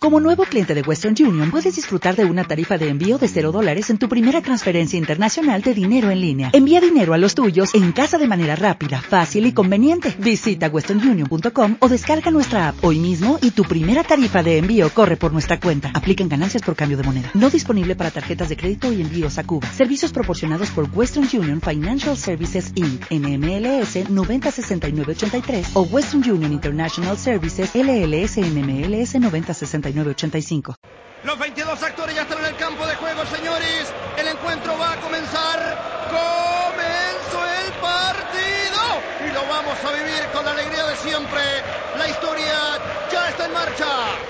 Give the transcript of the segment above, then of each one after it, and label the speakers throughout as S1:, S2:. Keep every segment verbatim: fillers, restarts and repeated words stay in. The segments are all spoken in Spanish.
S1: Como nuevo cliente de Western Union, puedes disfrutar de una tarifa de envío de cero dólares en tu primera transferencia internacional de dinero en línea. Envía dinero a los tuyos en casa de manera rápida, fácil y conveniente. Visita western union punto com o descarga nuestra app hoy mismo y tu primera tarifa de envío corre por nuestra cuenta. Aplican ganancias por cambio de moneda. No disponible para tarjetas de crédito y envíos a Cuba. Servicios proporcionados por Western Union Financial Services incorporated. N M L S noventa sesenta y nueve ochenta y tres o Western Union International Services L L S N M L S noventa sesenta y nueve ochenta y cinco.
S2: Los veintidós actores ya están en el campo de juego, señores. El encuentro va a comenzar. Comenzó el partido y lo vamos a vivir con la alegría de siempre. La historia ya está en marcha.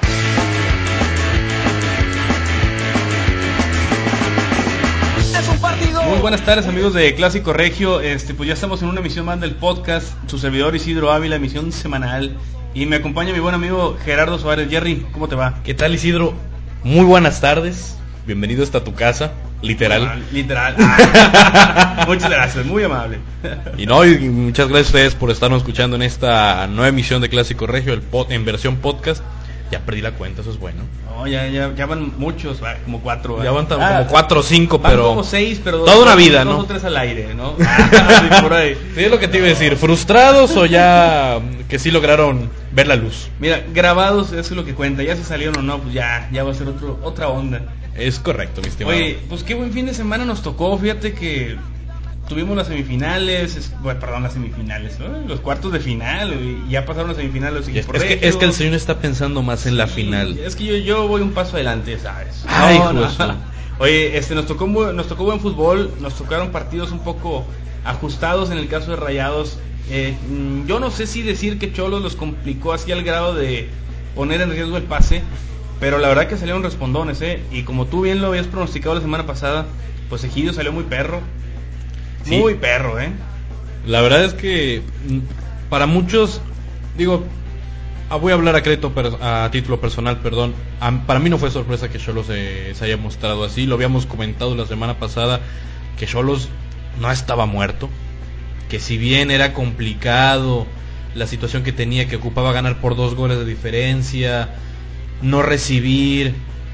S2: Es un partido.
S3: Muy buenas tardes, amigos de Clásico Regio. Este, pues ya estamos en una emisión más del podcast. Su servidor Isidro Ávila, emisión semanal. Y me acompaña mi buen amigo Gerardo Suárez. Jerry, ¿cómo te va?
S4: ¿Qué tal, Isidro? Muy buenas tardes. Bienvenido hasta tu casa, literal.
S3: Ah, literal. Ah. Muchas gracias, muy amable.
S4: Y no, y muchas gracias a ustedes por estarnos escuchando en esta nueva emisión de Clásico Regio, el pod, en versión podcast. Ya perdí la cuenta, eso es bueno.
S3: No, ya, ya, ya van muchos, como cuatro.
S4: Ya van
S3: ah,
S4: como cuatro o cinco,
S3: van
S4: pero...
S3: como seis, pero...
S4: Toda
S3: dos,
S4: una vida,
S3: dos
S4: ¿no?
S3: o tres al aire, ¿no? Ah, por ahí.
S4: Sí, es lo que te iba a decir. ¿Frustrados o ya que sí lograron ver la luz?
S3: Mira, grabados, eso es lo que cuenta. Ya si salieron o no, pues ya, ya va a ser otro, otra onda.
S4: Es correcto, mi estimado.
S3: Oye, pues qué buen fin de semana nos tocó. Fíjate que tuvimos las semifinales, es, bueno, perdón, las semifinales, ¿no? Los cuartos de final, y ya pasaron las semifinales.
S4: Es, es, que, es que el señor está pensando más en la final.
S3: Es que yo, yo voy un paso adelante, ¿sabes?
S4: Ay,
S3: no, no.
S4: justo.
S3: Oye, este, nos tocó nos tocó buen fútbol, nos tocaron partidos un poco ajustados en el caso de Rayados. Eh, yo no sé si decir que Cholos los complicó así al grado de poner en riesgo el pase, pero la verdad que salieron respondones, ¿eh? Y como tú bien lo habías pronosticado la semana pasada, pues Egidio salió muy perro. Sí. Muy perro, ¿eh?
S4: La verdad es que para muchos, digo, voy a hablar a crédito, a título personal, perdón. A, para mí no fue sorpresa que Xolos se, se haya mostrado así. Lo habíamos comentado la semana pasada, que Xolos no estaba muerto, que si bien era complicado la situación que tenía, que ocupaba ganar por dos goles de diferencia, no recibir,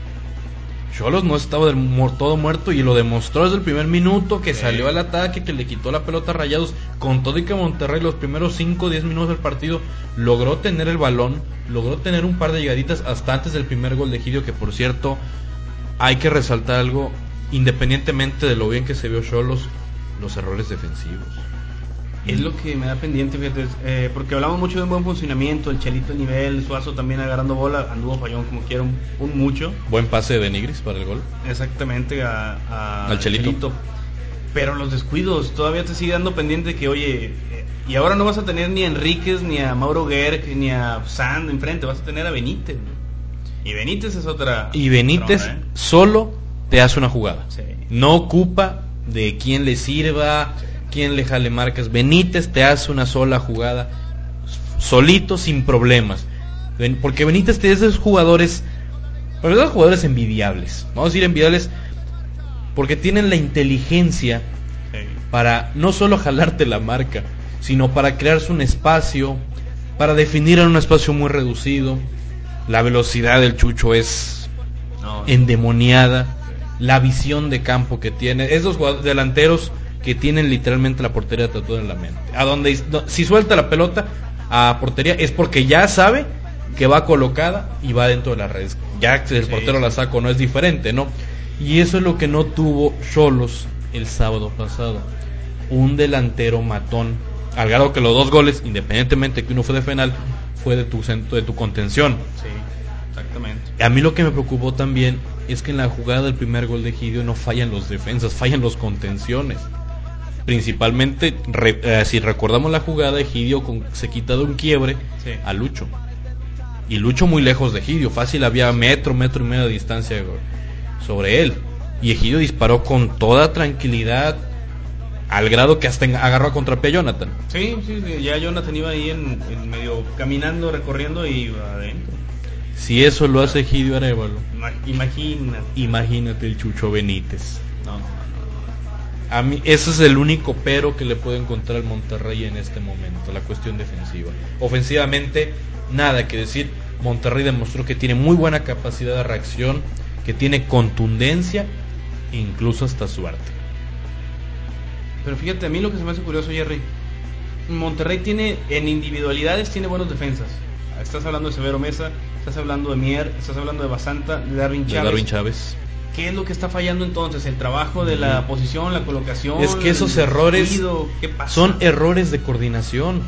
S4: Xolos no estaba del, todo muerto, y lo demostró desde el primer minuto, que sí. Salió al ataque, que le quitó la pelota a Rayados, con todo y que Monterrey los primeros cinco o diez minutos del partido logró tener el balón, logró tener un par de llegaditas hasta antes del primer gol de Egidio, que por cierto hay que resaltar algo, independientemente de lo bien que se vio Xolos, los errores defensivos.
S3: Es lo que me da pendiente, fíjate, eh, porque hablamos mucho de un buen funcionamiento, el Chelito a nivel, Suazo también agarrando bola, anduvo fallón como quiera un, un mucho.
S4: Buen pase de Nigris para el gol.
S3: Exactamente, a, a
S4: al Chelito. Chelito.
S3: Pero los descuidos, todavía te sigue dando pendiente que, oye, eh, y ahora no vas a tener ni a Enríquez, ni a Mauro Gerg, ni a Sand enfrente, vas a tener a Benítez, ¿no? Y Benítez es otra...
S4: Y Benítez otra, ¿eh? Solo te hace una jugada, sí. No ocupa de quién le sirva... Sí. Quién le jale marcas. Benítez te hace una sola jugada solito, sin problemas. Porque Benítez te es de esos jugadores, pero esos jugadores envidiables. Vamos a decir envidiables porque tienen la inteligencia para no solo jalarte la marca, sino para crearse un espacio, para definir en un espacio muy reducido. La velocidad del Chucho es no, endemoniada. La visión de campo que tiene. Esos jugadores delanteros que tienen literalmente la portería tatuada en la mente. A donde si suelta la pelota a portería es porque ya sabe que va colocada y va dentro de las redes. Ya que el sí, portero sí. la saca, no es diferente, ¿no? Y eso es lo que no tuvo Xolos el sábado pasado. Un delantero matón, al grado que los dos goles, independientemente que uno fue de penal, fue de tu centro, de tu contención.
S3: Sí, exactamente.
S4: A mí lo que me preocupó también es que en la jugada del primer gol de Egidio no fallan los defensas, fallan los contenciones. Principalmente, re, eh, si recordamos la jugada, Egidio con, se quita de un quiebre sí. a Lucho. Y Lucho muy lejos de Egidio, fácil había metro, metro y medio de distancia sobre él. Y Egidio disparó con toda tranquilidad, al grado que hasta agarró a contrapié a Jonathan.
S3: Sí, sí, sí, ya Jonathan iba ahí en, en medio caminando, recorriendo y iba adentro.
S4: Si eso lo hace Egidio Arévalo,
S3: imagínate.
S4: Imagínate el Chucho Benítez.
S3: No, no, no.
S4: A mí, ese es el único pero que le puedo encontrar al Monterrey en este momento, la cuestión defensiva. Ofensivamente, nada que decir. Monterrey demostró que tiene muy buena capacidad de reacción, que tiene contundencia, incluso hasta suerte.
S3: Pero fíjate, a mí lo que se me hace curioso, Jerry, Monterrey tiene, en individualidades, tiene buenos defensas. Estás hablando de Severo Mesa, estás hablando de Mier, estás hablando de Basanta, de Darwin Chávez.
S4: De Darwin Chávez.
S3: ¿Qué es lo que está fallando entonces? ¿El trabajo de la posición, la colocación?
S4: Es que esos errores
S3: ruido, ¿qué pasa?
S4: Son errores de coordinación.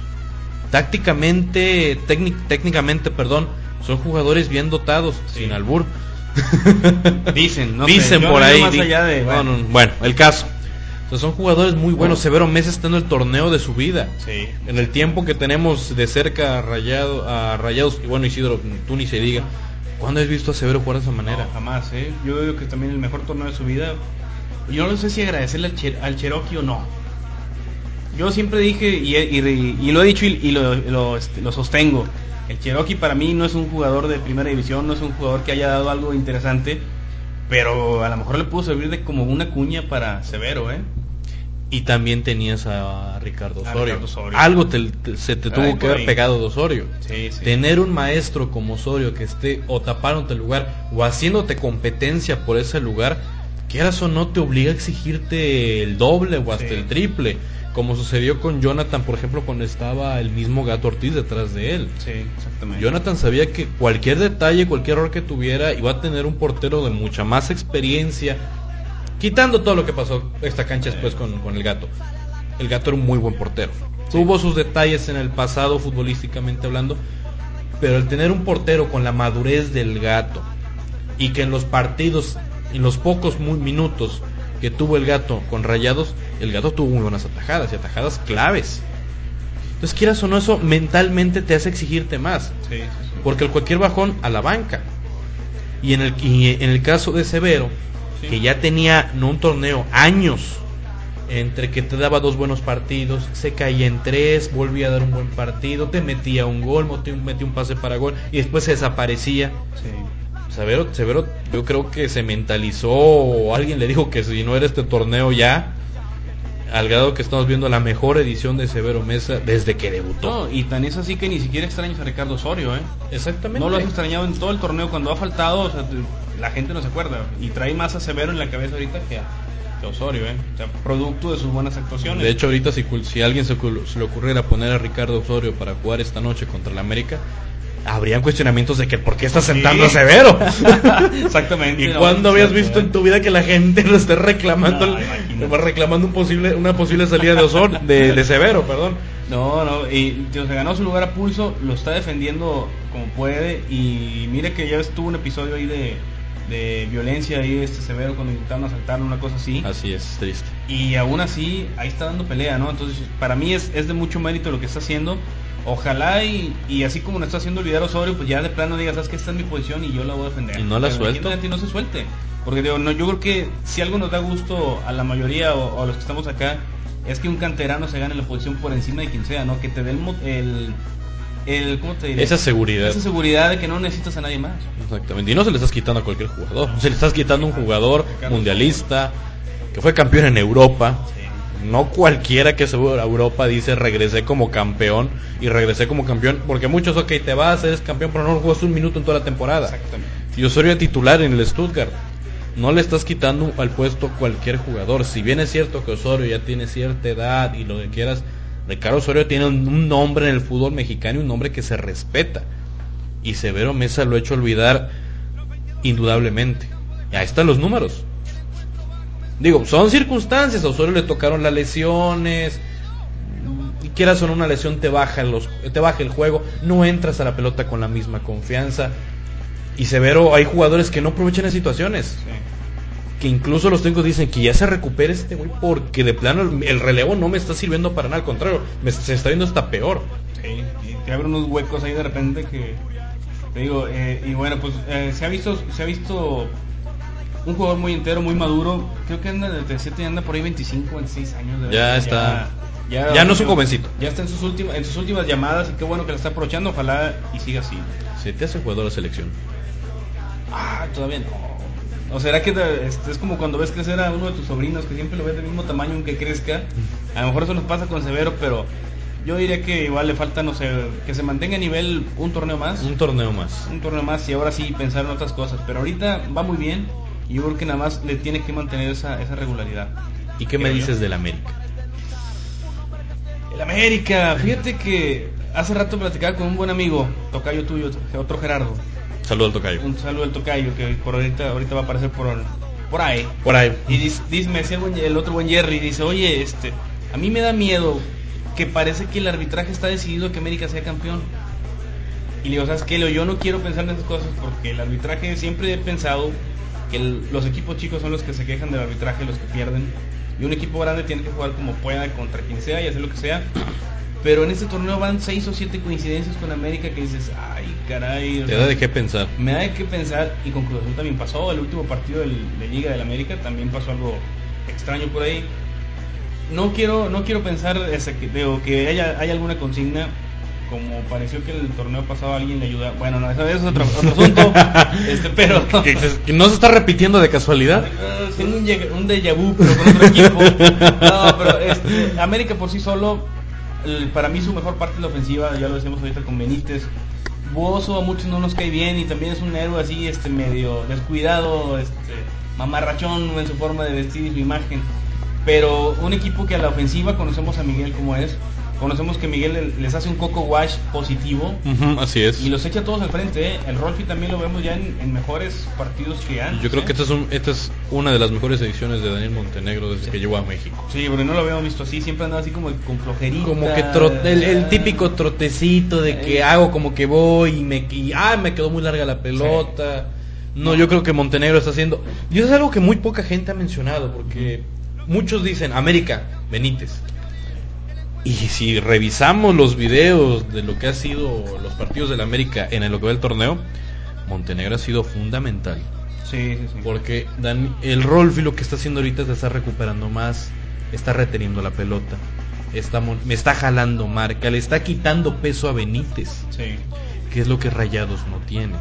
S4: Tácticamente, técnic, técnicamente, perdón, son jugadores bien dotados, sí. Sin albur.
S3: Dicen, no
S4: Dicen
S3: sé,
S4: por
S3: no
S4: ahí.
S3: Más allá de,
S4: bueno. No, no, bueno, el caso. O sea, son jugadores muy buenos. Severo Mesa está en el torneo de su vida.
S3: Sí.
S4: En el tiempo que tenemos de cerca a, Rayado, a Rayados, y bueno, Isidro, tú ni se diga. ¿Cuándo has visto a Severo jugar de esa manera?
S3: No, jamás, ¿eh? Yo digo que también el mejor torneo de su vida. Yo no sé si agradecerle al, Cher- al Cherokee o no. Yo siempre dije, y, y, y lo he dicho y, y lo, lo, este, lo sostengo, el Cherokee para mí no es un jugador de primera división, no es un jugador que haya dado algo interesante, pero a lo mejor le pudo servir de como una cuña para Severo, ¿eh?
S4: Y también tenías a Ricardo Osorio.
S3: A Ricardo Osorio.
S4: Algo te, te, se te tuvo
S3: Ay,
S4: que haber pegado de Osorio.
S3: Sí, sí.
S4: Tener un maestro como Osorio que esté o tapándote el lugar o haciéndote competencia por ese lugar, quieras o no, te obliga a exigirte el doble o hasta sí. el triple. Como sucedió con Jonathan, por ejemplo, cuando estaba el mismo Gato Ortiz detrás de él.
S3: Sí, exactamente.
S4: Jonathan sabía que cualquier detalle, cualquier error que tuviera, iba a tener un portero de mucha más experiencia. Quitando todo lo que pasó esta cancha después con, con el Gato. El Gato era un muy buen portero. Sí. Tuvo sus detalles en el pasado, futbolísticamente hablando. Pero el tener un portero con la madurez del Gato, y que en los partidos, en los pocos muy minutos que tuvo el Gato con Rayados, el Gato tuvo muy buenas atajadas, y atajadas claves. Entonces, quieras o no, eso mentalmente te hace exigirte más.
S3: Sí, sí, sí.
S4: Porque el cualquier bajón a la banca. Y en el, y en el caso de Severo, sí. que ya tenía no un torneo, años, entre que te daba dos buenos partidos, se caía en tres, volvía a dar un buen partido, te metía un gol, metía un pase para gol y después se desaparecía.
S3: Sí.
S4: Severo, Severo, yo creo que se mentalizó, o alguien le dijo que si no era este torneo ya, al grado que estamos viendo la mejor edición de Severo Mesa desde que debutó.
S3: No, y tan es así que ni siquiera extrañas a Ricardo Osorio, ¿eh?
S4: Exactamente.
S3: No lo has extrañado en todo el torneo cuando ha faltado, o sea, la gente no se acuerda. Y trae más a Severo en la cabeza ahorita que a, que a Osorio, ¿eh? O sea, producto de sus buenas actuaciones.
S4: De hecho, ahorita si, si a alguien se, se le ocurriera poner a Ricardo Osorio para jugar esta noche contra el América, habrían cuestionamientos de que ¿por qué estás sentando sí. a Severo?
S3: Exactamente.
S4: ¿Y
S3: no,
S4: cuándo
S3: no,
S4: habías
S3: no,
S4: visto
S3: no.
S4: en tu vida que la gente lo esté reclamando, no, reclamando un posible, una posible salida de Osorio, de, de Severo, perdón?
S3: No, no, y se ganó su lugar a pulso, lo está defendiendo como puede, y mire que ya estuvo un episodio ahí de, de violencia ahí este Severo cuando intentaron asaltarlo, una cosa así.
S4: Así es, triste.
S3: Y aún así ahí está dando pelea, ¿no? Entonces para mí es, es de mucho mérito lo que está haciendo. Ojalá y, y así como nos está haciendo olvidar Osorio, pues ya de plano digas, sabes que esta es mi posición y yo la voy a defender.
S4: Y no la suelto.
S3: Y no se suelte. Porque digo, no, yo creo que si algo nos da gusto a la mayoría o, o a los que estamos acá, es que un canterano se gane la posición por encima de quien sea, ¿no? Que te dé el, el, el ¿cómo te diré?
S4: Esa seguridad.
S3: Esa seguridad de que no necesitas a nadie más.
S4: Exactamente. Y no se le estás quitando a cualquier jugador. Se le estás quitando a un jugador mundialista que fue campeón en Europa. Sí. No cualquiera que se va a Europa dice regresé como campeón y regresé como campeón, porque muchos, ok, te vas, eres campeón, pero no jugaste un minuto en toda la temporada.
S3: Exactamente.
S4: Y Osorio titular en el Stuttgart. No le estás quitando al puesto cualquier jugador. Si bien es cierto que Osorio ya tiene cierta edad y lo que quieras, Ricardo Osorio tiene un nombre en el fútbol mexicano y un nombre que se respeta. Y Severo Mesa lo ha hecho olvidar indudablemente. Y ahí están los números. Digo, son circunstancias, a Osorio le tocaron las lesiones, y quieras o no, una lesión te baja, los, te baja el juego, no entras a la pelota con la misma confianza, y Severo, hay jugadores que no aprovechan las situaciones, sí. que incluso los técnicos dicen que ya se recupere este güey, porque de plano el, el relevo no me está sirviendo para nada, al contrario, me, se está viendo hasta peor.
S3: Sí, y te abre unos huecos ahí de repente que, te digo, eh, y bueno, pues eh, se ha visto, se ha visto... un jugador muy entero, muy maduro. Creo que anda desde siete y anda por ahí veinticinco, veintiséis años de
S4: Ya está.
S3: Ya, ya,
S4: ya no es un jovencito.
S3: Ya está en sus últimas en sus últimas llamadas y qué bueno que la está aprovechando. Ojalá y siga así.
S4: ¿Se te hace jugador de selección?
S3: Ah, todavía no. ¿O será que es, es como cuando ves crecer a uno de tus sobrinos que siempre lo ves del mismo tamaño aunque crezca? A lo mejor eso nos pasa con Severo, pero Yo diría que igual le falta, no sé, que se mantenga a nivel un torneo más.
S4: Un torneo más.
S3: Un torneo más y ahora sí pensar en otras cosas. Pero ahorita va muy bien y yo creo que nada más le tiene que mantener esa, esa regularidad.
S4: ¿Y qué me dices del América?
S3: El América, fíjate que hace rato platicaba con un buen amigo, tocayo tuyo, otro Gerardo.
S4: Saludo al tocayo.
S3: Un saludo al tocayo que por ahorita, ahorita va a aparecer por, por ahí.
S4: Por ahí.
S3: Y dice, dice, me decía el, buen, el otro buen Jerry, dice, oye, este, a mí me da miedo que parece que el arbitraje está decidido que América sea campeón. Y le digo, ¿sabes qué, Leo? Yo no quiero pensar en esas cosas porque el arbitraje, siempre he pensado que el, los equipos chicos son los que se quejan del arbitraje, los que pierden. Y un equipo grande tiene que jugar como pueda, contra quien sea y hacer lo que sea. Pero en este torneo van seis o siete coincidencias con América que dices, ay, caray.
S4: Te da de qué pensar.
S3: Me da de qué pensar, y con Cruz Azul también pasó. El último partido del, de Liga del América también pasó algo extraño por ahí. No quiero no quiero pensar ese, que, digo, que haya, haya alguna consigna, como pareció que el torneo pasado alguien le ayuda. Bueno, no, eso, eso es otro, otro asunto. este, pero
S4: ¿Que, que no se está repitiendo de casualidad?
S3: Tengo un, un déjà vu, pero con otro equipo. No, pero este, América por sí solo, el, para mí su mejor parte es la ofensiva. Ya lo decíamos ahorita con Benítez. Buoso a muchos no nos cae bien y también es un héroe así, este medio descuidado, este mamarrachón en su forma de vestir y su imagen. Pero un equipo que a la ofensiva conocemos a Miguel como es, conocemos que Miguel les hace un coco wash positivo.
S4: Uh-huh, así es.
S3: Y los echa todos al frente, ¿eh? El Rolfi también lo vemos ya en, en mejores partidos que antes.
S4: Yo creo
S3: ¿eh?
S4: que esta es, un, esta es una de las mejores ediciones de Daniel Montenegro desde sí. que llegó a México.
S3: Sí, porque no lo habíamos visto así, siempre andaba así como con flojerita.
S4: Como que trote, el, el típico trotecito de que eh. hago como que voy y me y, ah, me quedó muy larga la pelota. Sí. No, yo creo que Montenegro está haciendo... Y eso es algo que muy poca gente ha mencionado, porque muchos dicen, América, Benítez. Y si revisamos los videos de lo que ha sido los partidos del América en lo que va el torneo, Montenegro ha sido fundamental.
S3: Sí, sí, sí.
S4: Porque Dan, el Rolfi lo que está haciendo ahorita es estar recuperando más, está reteniendo la pelota, está, me está jalando marca, le está quitando peso a Benítez,
S3: sí.
S4: que es lo que Rayados no tiene.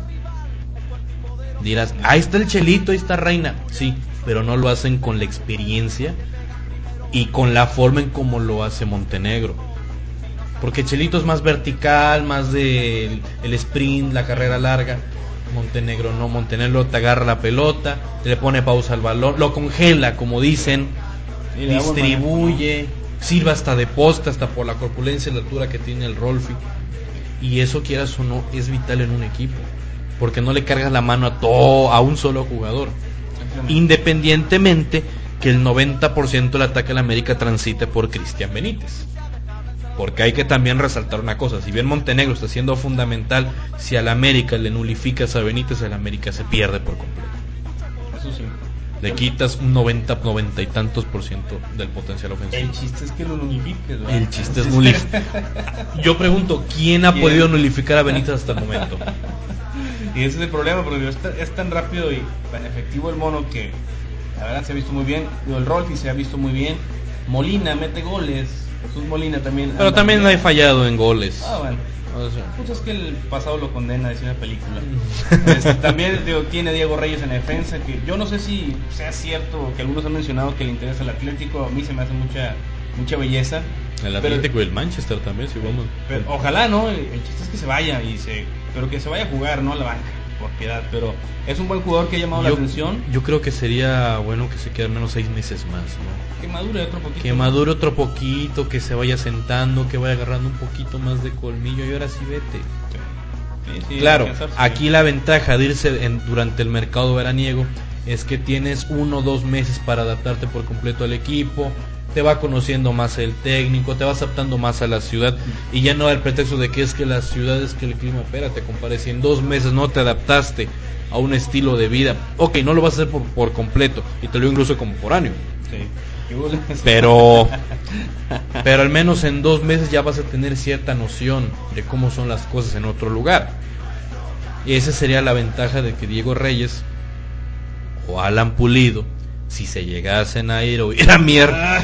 S4: Dirás, ahí está el Chelito, ahí está Reina, sí, pero no lo hacen con la experiencia y con la forma en como lo hace Montenegro. Porque Chelito es más vertical, más de el, el sprint, la carrera larga. Montenegro no, Montenegro te agarra la pelota, le pone pausa al balón, lo congela, como dicen, sí, distribuye, sirve hasta de poste, hasta por la corpulencia y la altura que tiene el Rolfi. Y eso, quieras o no, es vital en un equipo, porque no le cargas la mano a todo, a un solo jugador. Independientemente que el noventa por ciento del ataque a la América transite por Cristian Benítez. Porque hay que también resaltar una cosa, si bien Montenegro está siendo fundamental, si al América le nulificas a Benítez, el América se pierde por completo.
S3: Eso sí.
S4: Le quitas un noventa, noventa y tantos por ciento del potencial ofensivo.
S3: El chiste es que lo nulifiques, ¿verdad?
S4: El chiste es nulificar. Yo pregunto, ¿quién ha ¿Quién? podido nulificar a Benítez hasta el momento?
S3: Y ese es el problema, porque es tan, es tan rápido y tan efectivo el mono que la verdad se ha visto muy bien. El Rolfi se ha visto muy bien. Molina mete goles. Jesús Molina también.
S4: Pero también ha fallado en goles.
S3: Ah, bueno. O sea, pues es que el pasado lo condena, decía una película. este, también digo, tiene Diego Reyes en la defensa, que yo no sé si sea cierto que algunos han mencionado que le interesa el Atlético. A mí se me hace mucha mucha belleza.
S4: El Atlético pero, y el Manchester también, si vamos.
S3: Pero, ojalá, ¿no? El, el chiste es que se vaya y se, pero que se vaya a jugar, no a la banca, por piedad. Pero es un buen jugador que ha llamado
S4: yo,
S3: la atención.
S4: Yo creo que sería bueno que se quede al menos seis meses más, ¿no?
S3: Que madure otro poquito.
S4: Que madure otro poquito, que se vaya sentando, que vaya agarrando un poquito más de colmillo y ahora sí vete. Sí, sí, claro, aquí la ventaja de irse en, durante el mercado veraniego es que tienes uno o dos meses para adaptarte por completo al equipo. Te va conociendo más el técnico, te vas adaptando más a la ciudad y ya no hay el pretexto de que es que la ciudad es que el clima, espérate, compadre, si en dos meses no te adaptaste a un estilo de vida, ok, no lo vas a hacer por, por completo y te lo digo incluso como foráneo,
S3: sí.
S4: pero pero al menos en dos meses ya vas a tener cierta noción de cómo son las cosas en otro lugar, y esa sería la ventaja de que Diego Reyes o Alan Pulido, si se llegasen a ir o ir a mierda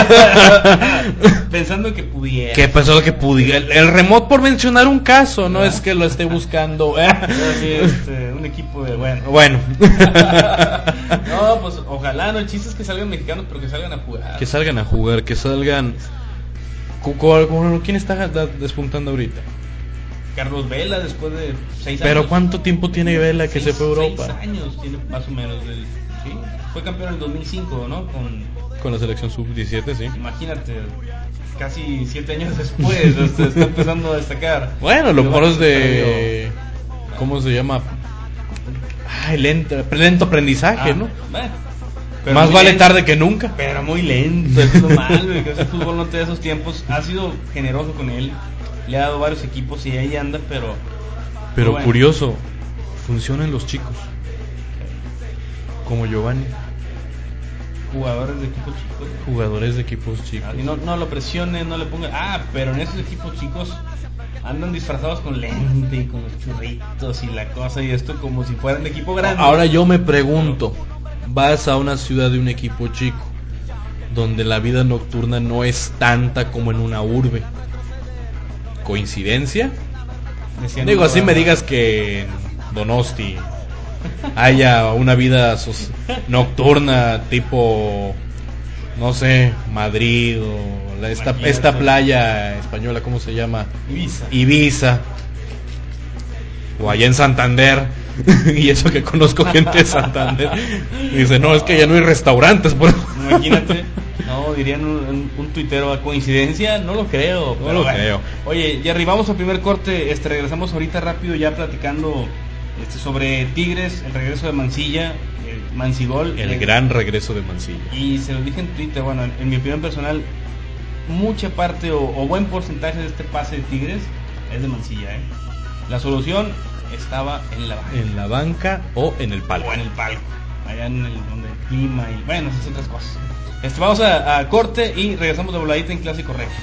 S3: pensando que pudiera
S4: que pensando que pudiera el, el remote, por mencionar un caso, no, no es que lo esté buscando
S3: sí, este, un equipo de bueno
S4: bueno
S3: no, pues ojalá, no, el chiste es que salgan mexicanos, pero que salgan a jugar,
S4: que salgan a jugar, que salgan ¿Quién está despuntando ahorita?
S3: Carlos Vela, después de seis años.
S4: ¿Pero cuánto tiempo tiene Vela que
S3: seis,
S4: se fue a Europa?
S3: Seis años tiene más o menos. Del, sí, fue campeón en el dos mil cinco, ¿no? Con,
S4: con la selección sub diecisiete, sí.
S3: Imagínate, casi siete años después está, está empezando a destacar.
S4: Bueno, lo mejor es de... ¿Cómo se llama? Ay, lento, lento aprendizaje, ah, ¿no? Bueno, más vale lento, tarde que nunca.
S3: Pero muy lento, es lo malo, que ese fútbol no te da esos tiempos. Ha sido generoso con él. Le ha dado varios equipos y ahí anda, pero...
S4: Pero bueno. Curioso, funcionan los chicos. Como Giovanni.
S3: Jugadores de equipos chicos.
S4: Jugadores de equipos chicos.
S3: Ah, y no, no lo presionen, no le pongan... Ah, pero en esos equipos chicos andan disfrazados con lente y con los churritos y la cosa y esto como si fueran de equipo grande.
S4: Ahora yo me pregunto, vas a una ciudad de un equipo chico, donde la vida nocturna no es tanta como en una urbe. ¿Coincidencia? Decían Digo, así me digas que en Donosti haya una vida nocturna tipo, no sé, Madrid o la, esta, esta playa española, ¿cómo se llama?
S3: Ibiza.
S4: Ibiza. O allá en Santander. Y eso que conozco gente de Santander. Y dice, no, es que ya no hay restaurantes. Por...
S3: Imagínate. No, dirían un, un tuitero, coincidencia, no lo creo.
S4: No lo bueno. creo.
S3: Oye, y arribamos al primer corte, este regresamos ahorita rápido ya platicando este, sobre Tigres, el regreso de Mancilla, el Mancigol.
S4: El eh, gran regreso de Mancilla.
S3: Y se lo dije en Twitter, bueno, en, en mi opinión personal, mucha parte o, o buen porcentaje de este pase de Tigres es de Mancilla, ¿eh? La solución estaba en la banca.
S4: En la banca o en el palco.
S3: O en el palco, allá en el, donde el clima y bueno, esas otras cosas. Este, vamos a, a corte y regresamos de voladita en Clásico Regio.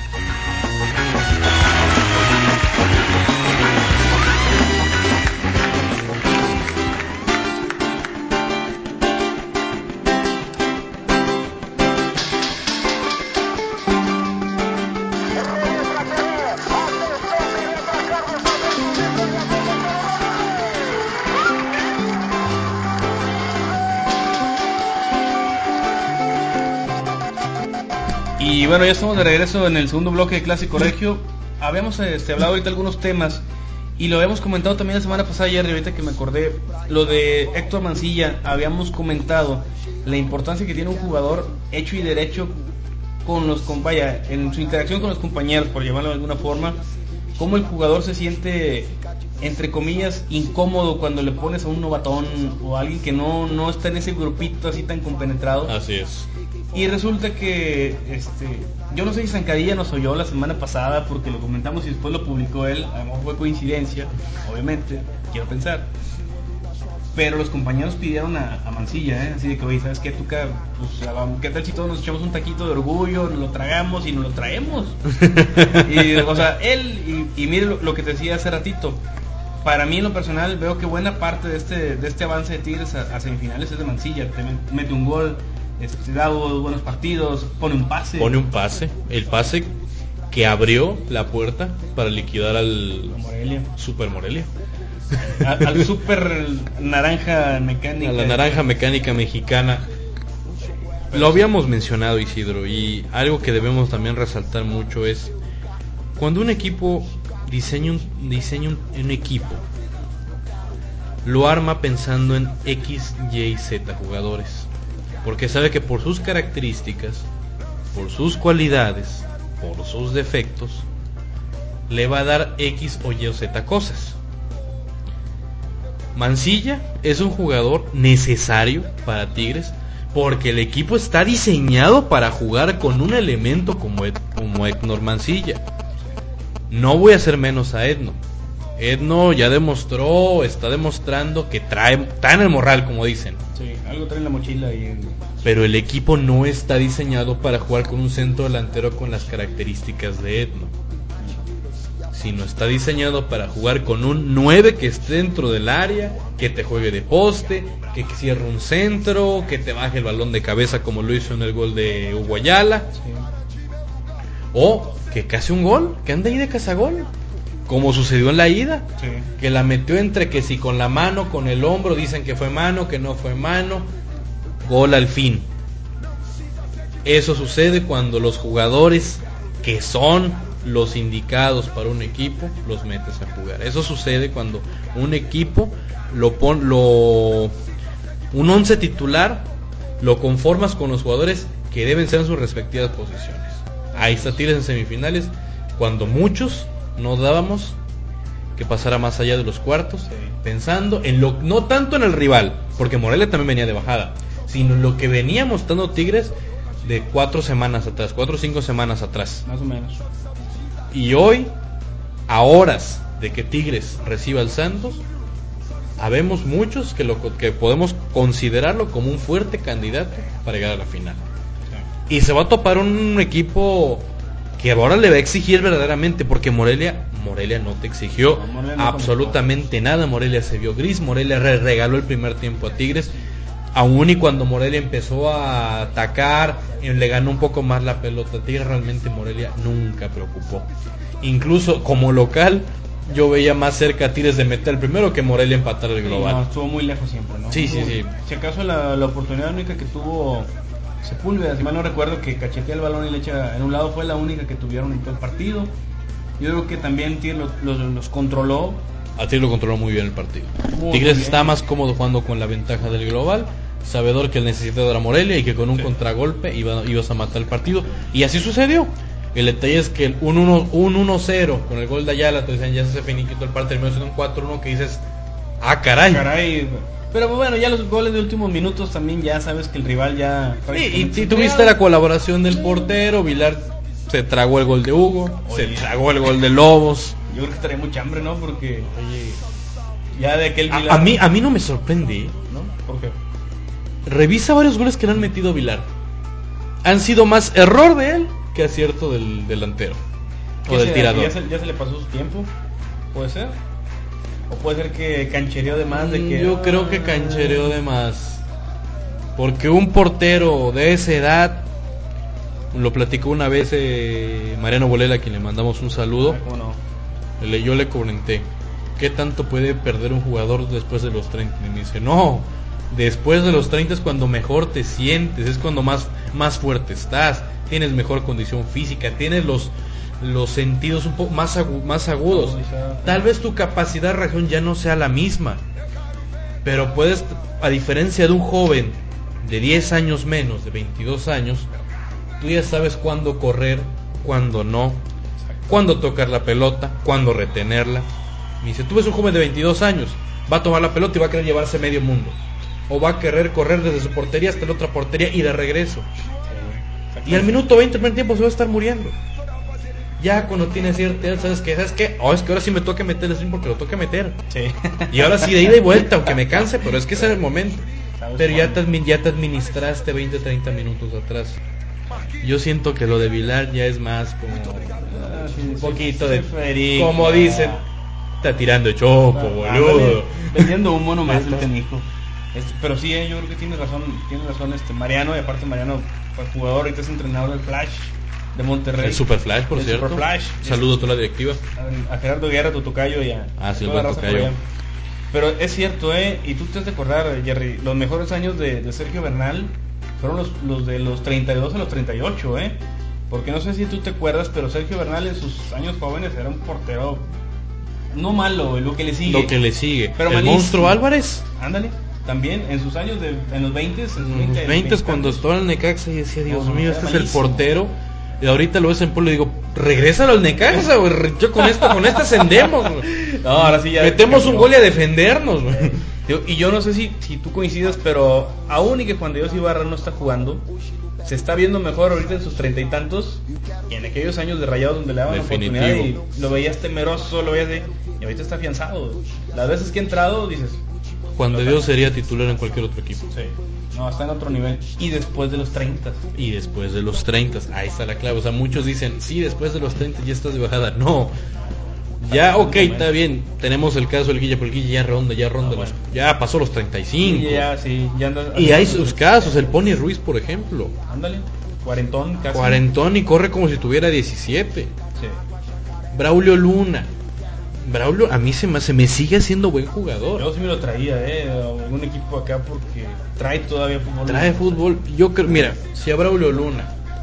S3: Y bueno, ya estamos de regreso en el segundo bloque de Clásico Regio. Habíamos este, hablado ahorita algunos temas y lo habíamos comentado también la semana pasada, ayer, ahorita que me acordé, lo de Héctor Mancilla. Habíamos comentado la importancia que tiene un jugador hecho y derecho con los, con, vaya, en su interacción con los compañeros, por llamarlo de alguna forma, cómo el jugador se siente, entre comillas, incómodo cuando le pones a un novatón o a alguien que no, no está en ese grupito así tan compenetrado.
S4: Así es.
S3: Y resulta que, este, yo no sé si Zancadilla nos oyó la semana pasada porque lo comentamos y después lo publicó él, a lo mejor fue coincidencia, obviamente, quiero pensar. Pero los compañeros pidieron a, a Mancilla, ¿eh? Así de que, oye, ¿sabes qué, Tuca? Pues, ¿qué tal si todos nos echamos un taquito de orgullo, nos lo tragamos y nos lo traemos? Y, o sea, él, y, y mire lo, lo que te decía hace ratito, para mí en lo personal veo que buena parte de este, de este avance de Tigres a, a semifinales es de Mancilla. Te mete un gol, este, da buenos partidos, pone un pase.
S4: Pone un pase, el pase que abrió la puerta para liquidar al
S3: Morelia.
S4: Super Morelia.
S3: Al, al super naranja mecánica.
S4: A la naranja mecánica mexicana. Lo habíamos mencionado, Isidro, y algo que debemos también resaltar mucho es cuando un equipo diseña un, diseña un, un equipo, lo arma pensando en X, Y, Z jugadores, porque sabe que por sus características, por sus cualidades, por sus defectos, le va a dar X o Y o Z cosas. Mancilla es un jugador necesario para Tigres porque el equipo está diseñado para jugar con un elemento como, Ed, como Ednor Mancilla. No voy a hacer menos a Edno. Edno ya demostró, está demostrando que trae, está en el morral, como dicen.
S3: Sí, algo trae en la mochila y...
S4: Pero el equipo no está diseñado para jugar con un centro delantero con las características de Edno, sino está diseñado para jugar con un nueve que esté dentro del área, que te juegue de poste, que cierre un centro, que te baje el balón de cabeza como lo hizo en el gol de Uguayala, sí. O que case un gol, que anda ahí de cazagol, como sucedió en la ida,
S3: sí.
S4: Que la metió entre que si con la mano, con el hombro, dicen que fue mano, que no fue mano, gol al fin. Eso sucede cuando los jugadores que son los indicados para un equipo, los metes a jugar. Eso sucede cuando un equipo lo pon, lo un once titular lo conformas con los jugadores que deben ser en sus respectivas posiciones. Ahí está Tigres en semifinales, cuando muchos no dábamos que pasara más allá de los cuartos, sí. pensando en lo, no tanto en el rival, porque Morelia también venía de bajada, sino en lo que venía mostrando Tigres de cuatro semanas atrás, cuatro o cinco semanas atrás.
S3: Más o menos.
S4: Y hoy, a horas de que Tigres reciba al Santos, habemos muchos que lo que podemos considerarlo como un fuerte candidato para llegar a la final. Sí. Y se va a topar un equipo que ahora le va a exigir verdaderamente, porque Morelia Morelia no te exigió no, Morelia no absolutamente comenzó. nada. Morelia se vio gris. Morelia re- regaló el primer tiempo a Tigres, aún y cuando Morelia empezó a atacar, le ganó un poco más la pelota. Tigres realmente Morelia nunca preocupó. Incluso como local, yo veía más cerca a Tigres de meter el primero que Morelia empatar el global.
S3: Sí, no, estuvo muy lejos siempre, ¿no?
S4: Sí, sí, sí.
S3: Si acaso la, la oportunidad única que tuvo Sepúlveda, si mal no recuerdo, que cachetea el balón y le echa en un lado, fue la única que tuvieron en todo el partido. Yo creo que también Tigres los, los, los controló.
S4: A Tigres lo controló muy bien el partido. Muy Tigres bien. Está más cómodo jugando con la ventaja del global, sabedor que el necesitado era Morelia y que con un sí. contragolpe iba, ibas a matar el partido. Y así sucedió. El detalle es que un uno cero con el gol de Ayala, te decían ya se finiquitó el partido, terminó siendo un cuatro uno que dices, ah caray.
S3: caray. Pero bueno, ya los goles de últimos minutos también ya sabes que el rival ya...
S4: Sí, y, y tuviste la colaboración del portero, Vilar se tragó el gol de Hugo, Oye. se tragó el gol de Lobos.
S3: Yo creo que trae mucha hambre, ¿no? Porque Oye, ya de aquel
S4: Vilar... A, a, mí, a mí no me sorprende,
S3: ¿no? ¿Por qué?
S4: Revisa varios goles que le han metido a Vilar. Han sido más error de él que acierto del delantero o del tirador.
S3: ¿Ya se, ¿Ya se le pasó su tiempo? ¿Puede ser? ¿O puede ser que canchereó de más? De que,
S4: Yo ah, creo que canchereó de más. Porque un portero de esa edad, lo platicó una vez eh, Mariano Bolela, a quien le mandamos un saludo.
S3: Ah, ¿cómo no?
S4: Le, yo le comenté, ¿qué tanto puede perder un jugador después de los treinta? Y me dice, no, después de los treinta es cuando mejor te sientes, es cuando más, más fuerte estás, tienes mejor condición física, tienes los... los sentidos un poco más, agu- más agudos. Tal vez tu capacidad de reacción ya no sea la misma, pero puedes, a diferencia de un joven de diez años menos, de veintidós años, tú ya sabes cuándo correr, cuándo no, cuándo tocar la pelota, cuándo retenerla. Me dice, tú ves un joven de veintidós años, va a tomar la pelota y va a querer llevarse medio mundo, o va a querer correr desde su portería hasta la otra portería y de regreso, y al minuto veinte del primer tiempo se va a estar muriendo. Ya cuando tienes cierta edad, ¿sabes qué? ¿Sabes qué? Oh, es que ahora sí me toca meter el swing porque lo toca meter.
S3: Sí.
S4: Y ahora sí, de ida y vuelta, aunque me canse, pero es que ese es el momento. Pero ya te, ya te administraste veinte, treinta minutos atrás. Yo siento que lo de Vilar ya es más como
S3: ah, sí,
S4: un
S3: sí,
S4: poquito
S3: sí,
S4: de...
S3: Federico,
S4: como dicen, está tirando choco, ah, boludo.
S3: Vendiendo humo nomás el tenijo. Este, pero sí, eh, yo creo que tiene razón, tiene razón este Mariano, y aparte Mariano fue jugador, ahorita es entrenador del Flash de Monterrey.
S4: El Super Flash, por
S3: el
S4: cierto.
S3: Super Flash.
S4: Saludos a toda la directiva.
S3: A, a Gerardo Guerra, tu tocayo, y a
S4: ah, sí,
S3: toda
S4: el
S3: la raza
S4: tocayo.
S3: Pero es cierto, eh, y tú te has de acordar, Jerry, los mejores años de, de Sergio Bernal fueron los, los de los treinta y dos a los treinta y ocho, eh. Porque no sé si tú te acuerdas, pero Sergio Bernal en sus años jóvenes era un portero no malo, lo que le sigue.
S4: Lo que le sigue.
S3: Pero
S4: el
S3: malísimo.
S4: Monstruo Álvarez.
S3: Ándale. También en sus años de en los veinte, en sus
S4: veinte, veinte cuando estaba en el Necaxa y decía, Dios no, mío, este es
S3: malísimo.
S4: El portero. Y ahorita lo ves en Puebla y digo, regrésalo al Necaxa, güey. Yo con esto, con este ascendemos, güey.
S3: No, ahora sí ya
S4: metemos un gol y a defendernos, güey.
S3: Y yo no sé si, si tú coincides, pero aún y que Juan de Dios Ibarra no está jugando, se está viendo mejor ahorita en sus treinta y tantos y en aquellos años de Rayados donde le daban la oportunidad y lo veías temeroso, lo veías de, y ahorita está afianzado. Las veces que ha entrado dices,
S4: Juan de Dios sería titular en cualquier otro equipo.
S3: Sí. No, está en otro nivel. Y después de los treinta.
S4: Y después de los treinta, ahí está la clave. O sea, muchos dicen, sí, después de los treinta ya estás de bajada. No. Ya, ok, está bien. Tenemos el caso del Guille, pero el Guille ya ronda, ya ronda. Ah, bueno. los, ya pasó los treinta y cinco.
S3: Sí, ya, sí, ya anda,
S4: y hay sus casos. El Pony Ruiz, por ejemplo.
S3: Ándale. Cuarentón, casi.
S4: Cuarentón y corre como si tuviera diecisiete.
S3: Sí.
S4: Braulio Luna. Braulio a mí se me, se me sigue haciendo buen jugador.
S3: Yo sí me lo traía, eh, a algún equipo acá porque trae todavía fútbol.
S4: Trae fútbol. Yo creo, mira, si a Braulio Luna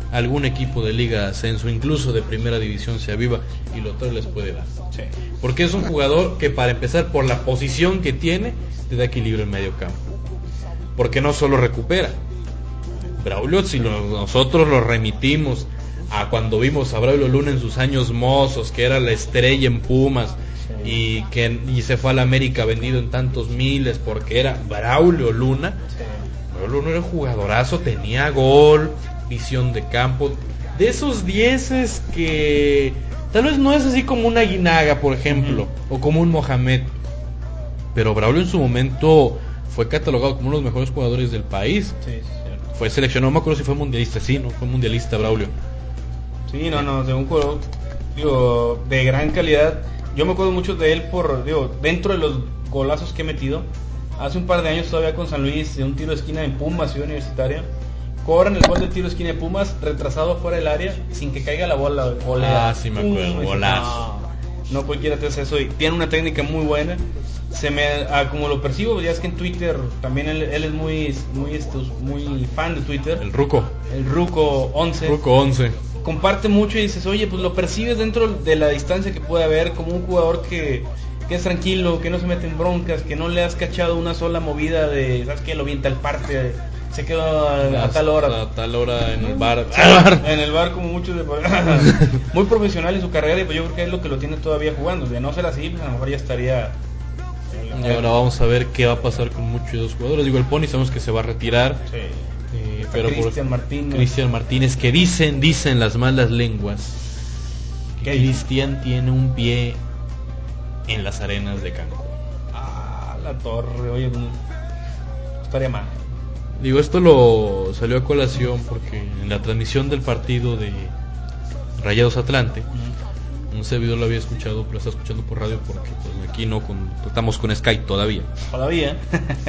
S4: algún equipo de Liga de Ascenso, incluso de Primera División, se aviva y lo otro les puede dar.
S3: Sí.
S4: Porque es un jugador que, para empezar, por la posición que tiene, te da equilibrio en medio campo. Porque no solo recupera. Braulio, si lo, nosotros lo remitimos a cuando vimos a Braulio Luna en sus años mozos, que era la estrella en Pumas, sí. y que y se fue a la América vendido en tantos miles porque era Braulio Luna. Sí. Braulio Luna era un jugadorazo, tenía gol, visión de campo, de esos dieces que tal vez no es así como un Aguinaga, por ejemplo, uh-huh. o como un Mohamed, pero Braulio en su momento fue catalogado como uno de los mejores jugadores del país. Sí, sí, sí. Fue seleccionado, no me acuerdo si fue mundialista, sí, no fue mundialista Braulio.
S3: Sí, no, no, de un jugador, digo, de gran calidad. Yo me acuerdo mucho de él por, digo, dentro de los golazos que he metido. Hace un par de años todavía con San Luis, de un tiro de esquina en Pumas, Ciudad Universitaria. Cobran el gol del tiro de esquina de Pumas, retrasado fuera del área, sin que caiga la bola.
S4: Volea. Ah, sí me acuerdo, golazo.
S3: No, no cualquiera te hace eso, y tiene una técnica muy buena. Se me, ah, como lo percibo, ya es que en Twitter también él, él es muy, muy, este, muy fan de Twitter.
S4: El Ruco.
S3: El Ruco once.
S4: Ruco once.
S3: Comparte mucho y dices, oye, pues lo percibes dentro de la distancia que puede haber como un jugador que, que es tranquilo, que no se mete en broncas, que no le has cachado una sola movida de, ¿sabes qué? Lo vienta el parte, se quedó a, a tal hora.
S4: A tal hora en el bar.
S3: Sí, en el bar, como muchos de... Muy profesional en su carrera, y pues yo creo que es lo que lo tiene todavía jugando. De no ser así, pues a lo mejor ya estaría...
S4: Y ahora vamos a ver qué va a pasar con muchos de los jugadores. Digo, el Pony sabemos que se va a retirar.
S3: Sí.
S4: Eh, pero
S3: Cristian Martínez.
S4: Cristian Martínez, que dicen, dicen las malas lenguas que Cristian tiene un pie en las arenas de Cancún.
S3: Ah, la torre, oye, no estaría mal.
S4: Digo, esto lo salió a colación porque en la transmisión del partido de Rayados Atlante, uh-huh. un servidor lo había escuchado, pero está escuchando por radio porque pues, aquí no con, estamos con Skype todavía.
S3: Todavía.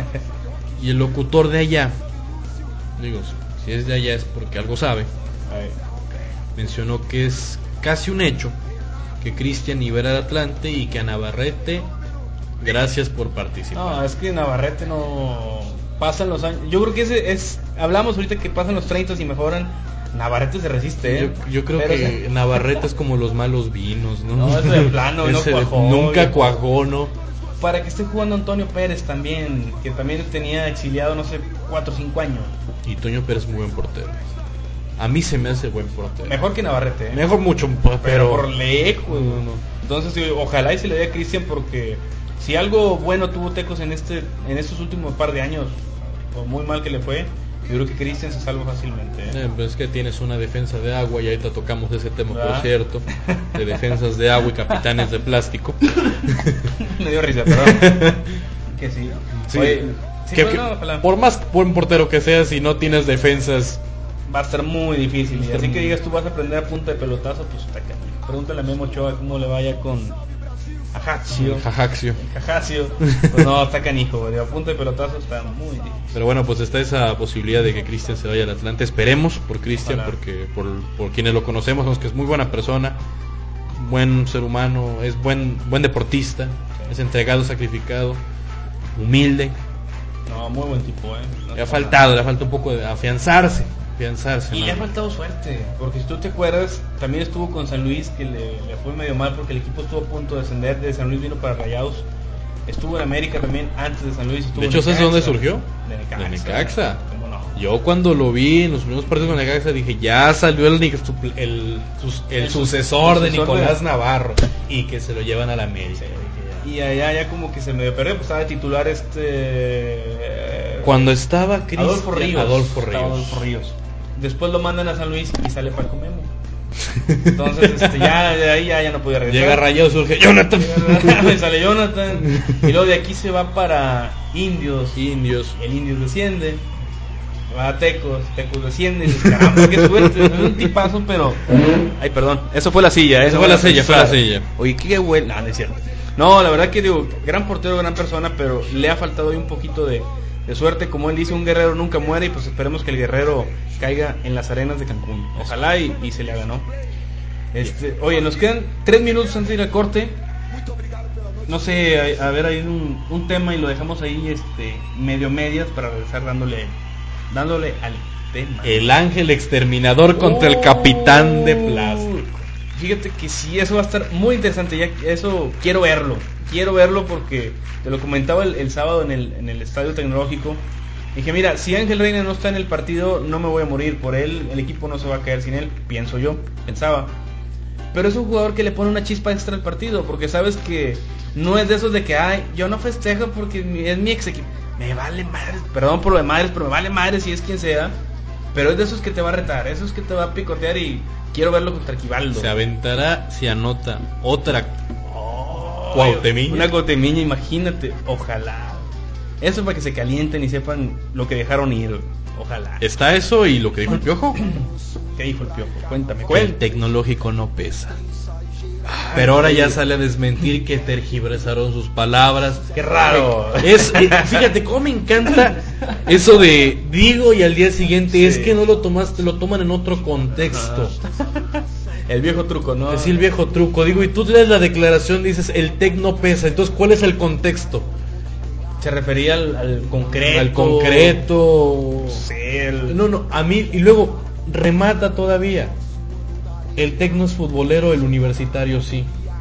S4: Y el locutor de allá, digo, si es de allá es porque algo sabe, Ay. mencionó que es casi un hecho que Cristian iba al Atlante y que a Navarrete, gracias por participar.
S3: No, es que Navarrete no... Pasan los años, yo creo que ese es, hablamos ahorita que pasan los treinta y mejoran. Navarrete se resiste, ¿eh?
S4: Yo, yo creo Pero que ese... Navarrete es como los malos vinos, ¿no?
S3: No, es de plano, no cuajó.
S4: Nunca cuajó, ¿no?
S3: Para que esté jugando Antonio Pérez también, que también tenía exiliado, no sé, cuatro o cinco años.
S4: Y Toño Pérez es muy buen portero. A mí se me hace buen portero.
S3: Mejor que Navarrete, ¿eh?
S4: Mejor mucho, pero...
S3: pero por lejos. No, no. Entonces, ojalá y se le dé a Cristian, porque si algo bueno tuvo Tecos en este en estos últimos par de años, por muy mal que le fue, yo creo que Cristian se salva fácilmente, ¿eh?
S4: Eh, pero es que tienes una defensa de agua, y ahorita tocamos ese tema, ¿verdad? Por cierto, de defensas de agua y capitanes de plástico.
S3: Me dio risa, perdón. Que sí.
S4: Sí.
S3: Oye, sí,
S4: que,
S3: pues,
S4: que,
S3: no,
S4: por más buen portero que seas, si no tienes defensas,
S3: va a estar muy difícil. Y así que digas tú vas a aprender a punta de pelotazo, pues está acá. Pregúntale a Memo Ochoa cómo le vaya con Ajaxio.
S4: Ajaxio.
S3: Ajaxio. Pues no, está canijo, güey. A punta de pelotazo está muy difícil.
S4: Pero bueno, pues está esa posibilidad de que Cristian se vaya al Atlante. Esperemos por Cristian, porque por, por quienes lo conocemos, sabemos que es muy buena persona, buen ser humano, es buen buen deportista, sí. Es entregado, sacrificado, humilde.
S3: No, muy buen tipo, ¿eh? No
S4: le ha faltado, le ha faltado un poco de afianzarse. Afianzarse,
S3: y
S4: ¿no?
S3: le ha faltado suerte, porque si tú te acuerdas, también estuvo con San Luis, que le, le fue medio mal porque el equipo estuvo a punto de descender. De San Luis vino para Rayados. Estuvo en América también antes de San Luis. Estuvo
S4: de hecho, ¿sabes de dónde surgió?
S3: De Necaxa.
S4: De Necaxa.
S3: ¿Cómo no?
S4: Yo cuando lo vi en los primeros partidos con Necaxa dije, ya salió el, el, el, el, el sucesor de Nicolás de... Navarro, y que se lo llevan a la América.
S3: Sí, y allá ya como que se medio perdió, pues estaba de titular este...
S4: Cuando estaba Cristian,
S3: Adolfo Ríos.
S4: Adolfo Ríos.
S3: Adolfo Ríos. Después lo mandan a San Luis y sale Paco Memo. Entonces este, ya de ahí ya, ya no podía regresar.
S4: Llega Rayados, surge Jonathan.
S3: Y sale Jonathan. Y luego de aquí se va para Indios.
S4: Indios.
S3: El Indios desciende. Va a Tecos. Tecos desciende. Y dice, caramba, qué suerte. Es un tipazo, pero... Ay, perdón. Eso fue la silla.
S4: Eso fue la silla, fue la silla.
S3: Oye, qué bueno. No, no es cierto. No, la verdad que digo, gran portero, gran persona, pero le ha faltado hoy un poquito de... de suerte. Como él dice, un guerrero nunca muere, y pues esperemos que el guerrero caiga en las arenas de Cancún. Ojalá y, y se le haga, ¿no? Este, oye, nos quedan tres minutos antes de ir al corte. No sé, a, a ver, hay un, un tema y lo dejamos ahí este medio medias para regresar dándole dándole al tema.
S4: El ángel exterminador contra oh. el capitán de plástico.
S3: Fíjate que sí, eso va a estar muy interesante. Ya eso quiero verlo. Quiero verlo porque te lo comentaba el, el sábado en el, en el Estadio Tecnológico. Dije, mira, si Ángel Reina no está en el partido, no me voy a morir por él. El equipo no se va a caer sin él, pienso yo, pensaba. Pero es un jugador que le pone una chispa extra al partido, porque sabes que no es de esos de que, ay, yo no festejo porque es mi ex equipo. Me vale madres, perdón por lo de madres, pero me vale madres si es quien sea. Pero es de esos que te va a retar, esos que te va a picotear y quiero verlo contra Arquibaldo.
S4: Se aventará si anota otra oh, Cuauhtemiña.
S3: Una Cuauhtemiña, imagínate, ojalá. Eso para que se calienten y sepan lo que dejaron ir, ojalá.
S4: Está eso y lo que dijo el Piojo.
S3: ¿Qué dijo el Piojo? Cuéntame.
S4: Que el Tecnológico no pesa. Pero ahora ya sale a desmentir que tergiversaron sus palabras.
S3: Qué raro.
S4: Es, eh, fíjate cómo me encanta eso de digo y al día siguiente sí. Es que no lo tomaste, lo toman en otro contexto.
S3: El viejo truco, ¿no?
S4: Es el viejo truco. Digo, y tú lees la declaración, dices el Tec no pesa. Entonces, ¿cuál es el contexto?
S3: Se refería al, al concreto.
S4: Al concreto.
S3: Sí, el...
S4: No, no, a mí, y luego remata todavía. El Tec no es futbolero, el Universitario sí.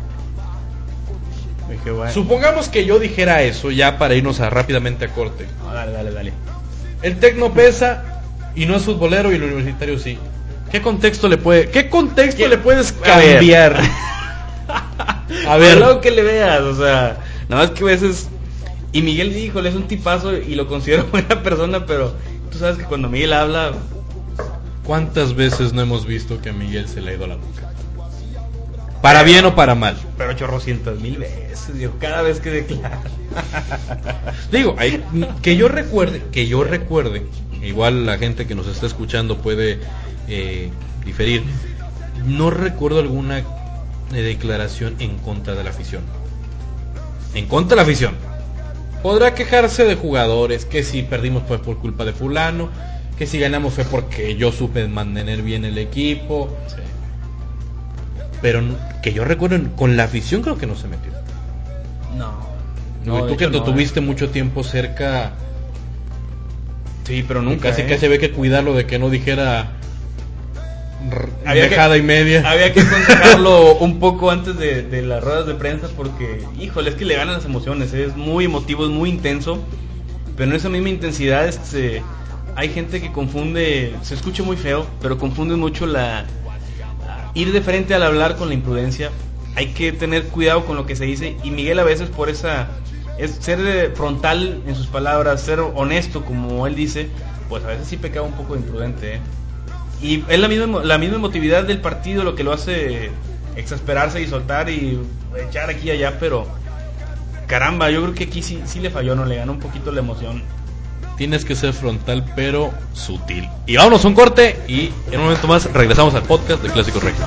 S3: Qué bueno.
S4: Supongamos que yo dijera eso ya para irnos a, rápidamente a corte.
S3: No, dale, dale, dale.
S4: El Tec no pesa y no es futbolero y el Universitario sí. ¿Qué contexto le puede, qué contexto ¿Qué? le puedes cambiar?
S3: A ver, lo que le veas, o sea, nada más que a veces. Y Miguel, híjole, es un tipazo y lo considero buena persona, pero tú sabes que cuando Miguel habla.
S4: ¿Cuántas veces no hemos visto que a Miguel se le ha ido la boca? Para bien o para mal.
S3: Pero chorrocientas mil veces, digo, cada vez que declara.
S4: Digo, hay, que yo recuerde, que yo recuerde, igual la gente que nos está escuchando puede eh, diferir. No recuerdo alguna eh, declaración en contra de la afición. En contra de la afición. Podrá quejarse de jugadores, que si perdimos fue por culpa de fulano, que si ganamos fue porque yo supe mantener bien el equipo. Sí. Pero que yo recuerdo, con la afición creo que no se metió.
S3: No.
S4: No, y tú que te no, tuviste eh. mucho tiempo cerca.
S3: Sí, pero nunca.
S4: Casi
S3: eh.
S4: casi había que cuidarlo de que no dijera dejada y media.
S3: Había que aconsejarlo un poco antes de, de las ruedas de prensa porque, híjole, es que le ganan las emociones. Es muy emotivo, es muy intenso. Pero en esa misma intensidad este, hay gente que confunde, se escucha muy feo, pero confunde mucho la... ir de frente al hablar con la imprudencia. Hay que tener cuidado con lo que se dice. Y Miguel a veces por esa... es ser frontal en sus palabras, ser honesto como él dice, pues a veces sí pecaba un poco de imprudente, ¿eh? Y es la misma, la misma emotividad del partido lo que lo hace exasperarse y soltar y echar aquí y allá, pero caramba, yo creo que aquí sí, sí le falló, no le ganó un poquito la emoción.
S4: Tienes que ser frontal pero sutil. Y vámonos a un corte y en un momento más regresamos al podcast de Clásico Regio.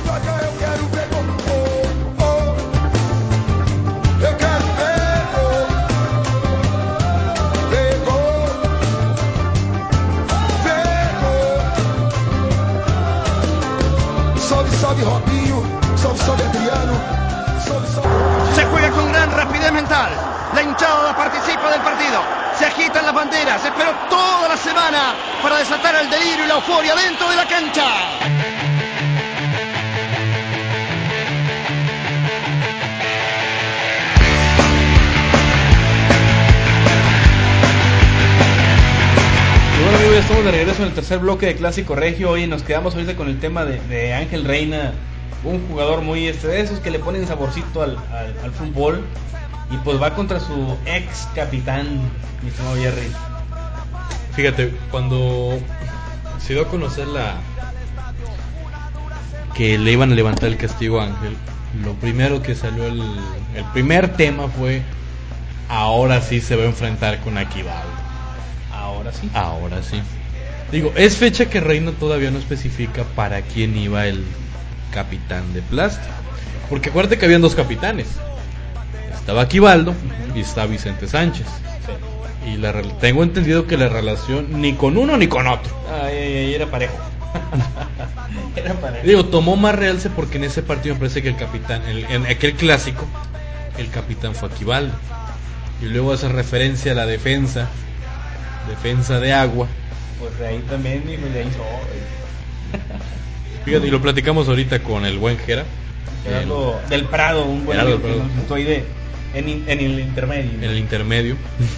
S2: Se juega con gran rapidez mental. La hinchada participa del partido. Se agitan las banderas. Esperó toda la semana para desatar el delirio y la euforia dentro de la cancha.
S3: Bueno, amigos, ya estamos de regreso en el tercer bloque de Clásico Regio. Hoy nos quedamos ahorita con el tema de, de Ángel Reina, un jugador muy este de esos que le ponen saborcito al, al, al fútbol. Y pues va contra su ex capitán, mi estimado Jerry.
S4: Fíjate, cuando se dio a conocer la que le iban a levantar el castigo a Ángel, lo primero que salió el, el primer tema fue: ahora sí se va a enfrentar con Arquibaldo.
S3: Ahora sí.
S4: Ahora sí. Digo, es fecha que Reina todavía no especifica para quién iba el capitán de plástico. Porque acuérdate que habían dos capitanes. Estaba Arquibaldo y está Vicente Sánchez. Sí. Y la, tengo entendido que la relación ni con uno ni con otro.
S3: Ay, ay, ay, era parejo. Era parejo.
S4: Digo, tomó más realce porque en ese partido me parece que el capitán, el, en aquel clásico, el capitán fue Arquibaldo. Y luego hace referencia a la defensa, defensa de Agua,
S3: Pues de ahí también, dijo, de ahí soy.
S4: Fíjate, y lo platicamos ahorita con el buen Jera.
S3: Gerardo del Prado, un buen
S4: Gerardo
S3: amigo que nos estoy de en, en el intermedio.
S4: En el intermedio.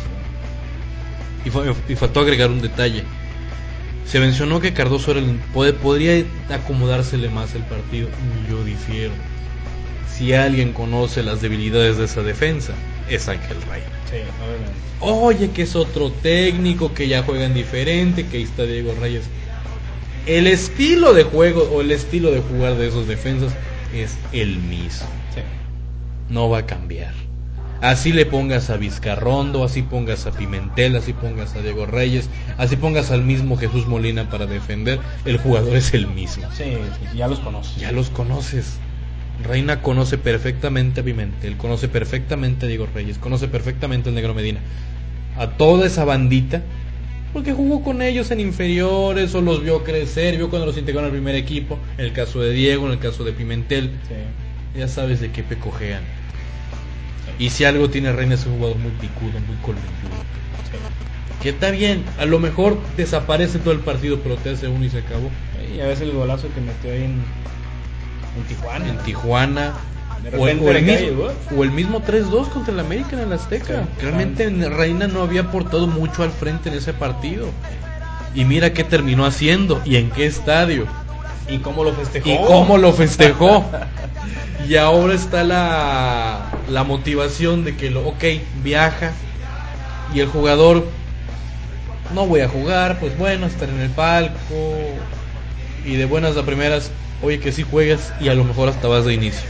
S4: y, fue, y faltó agregar un detalle. Se mencionó que Cardoso era el, pod, podría acomodársele más el partido. Yo difiero. Si alguien conoce las debilidades de esa defensa, es Ángel Reina.
S3: Sí, obviamente.
S4: Oye, que es otro técnico, que ya juegan diferente, que ahí está Diego Reyes. El estilo de juego o el estilo de jugar de esos defensas es el mismo.
S3: Sí.
S4: No va a cambiar. Así le pongas a Vizcarrondo, así pongas a Pimentel, así pongas a Diego Reyes, así pongas al mismo Jesús Molina para defender, el jugador es el mismo.
S3: Sí, sí, ya los conoces.
S4: Ya los conoces. Reina conoce perfectamente a Pimentel, conoce perfectamente a Diego Reyes, conoce perfectamente al Negro Medina, a toda esa bandita, porque jugó con ellos en inferiores o los vio crecer, vio cuando los integraron al primer equipo, en el caso de Diego, en el caso de Pimentel. Sí. Ya sabes de qué pecojean. Sí. Y si algo tiene Reina es un jugador muy picudo, muy colmilludo. Sí. Que está bien, a lo mejor desaparece todo el partido, pero te hace uno y se acabó.
S3: Y a veces el golazo que metió ahí en, en Tijuana.
S4: En Tijuana. O el, o, el mismo, o el mismo tres dos contra el América en el Azteca. Sí, realmente en Reina no había aportado mucho al frente en ese partido. Y mira qué terminó haciendo y en qué estadio.
S3: Y cómo lo festejó.
S4: Y cómo lo festejó. Y ahora está la, la motivación de que, lo, ok, viaja. Y el jugador, no voy a jugar, pues bueno, estar en el palco. Y de buenas a primeras, oye, que sí juegas y a lo mejor hasta vas de inicio.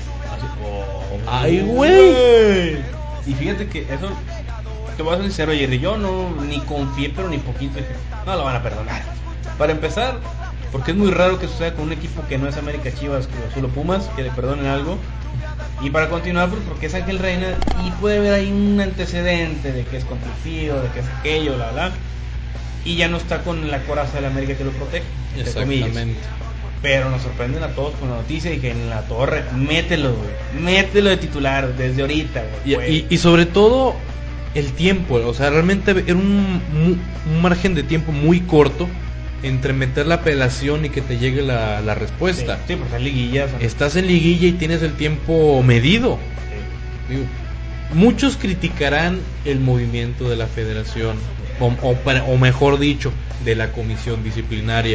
S3: Ay, güey. Y fíjate que eso, te voy a ser sincero, Jerry, yo no ni confié, pero ni poquito. Dije, no lo van a perdonar. Para empezar, porque es muy raro que suceda con un equipo que no es América, Chivas, Cruz Azul o Pumas, que le perdonen algo. Y para continuar, pues porque es Ángel Reina y puede haber ahí un antecedente de que es conflictivo, de que es aquello, la la. Y ya no está con la coraza de la América que lo protege.
S4: Exactamente.
S3: Pero nos sorprenden a todos con la noticia y que en la torre, mételo, güey, mételo de titular desde ahorita, güey.
S4: Y, y, y sobre todo el tiempo, o sea, realmente era un, un margen de tiempo muy corto entre meter la apelación y que te llegue la, la respuesta.
S3: Sí, sí, porque en liguilla, ¿sabes?
S4: Estás en liguilla y tienes el tiempo medido. Sí. Digo, muchos criticarán el movimiento de la federación, o, o, o mejor dicho, de la comisión disciplinaria.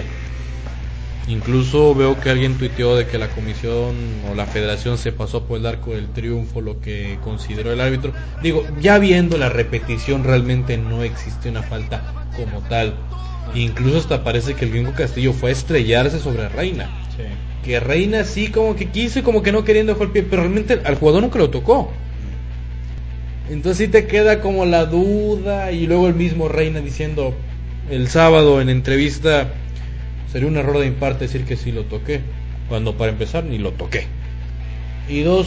S4: Incluso veo que alguien tuiteó de que la comisión o la federación se pasó por el arco del triunfo lo que consideró el árbitro. Digo, ya viendo la repetición, realmente no existe una falta como tal. Incluso hasta parece que el Gringo Castillo fue a estrellarse sobre Reina.
S3: Sí.
S4: Que Reina sí como que quiso y como que no queriendo dejó el pie, pero realmente al jugador nunca lo tocó. Entonces sí te queda como la duda. Y luego el mismo Reina diciendo el sábado en entrevista: sería un error de mi parte decir que sí lo toqué, cuando para empezar ni lo toqué. Y dos,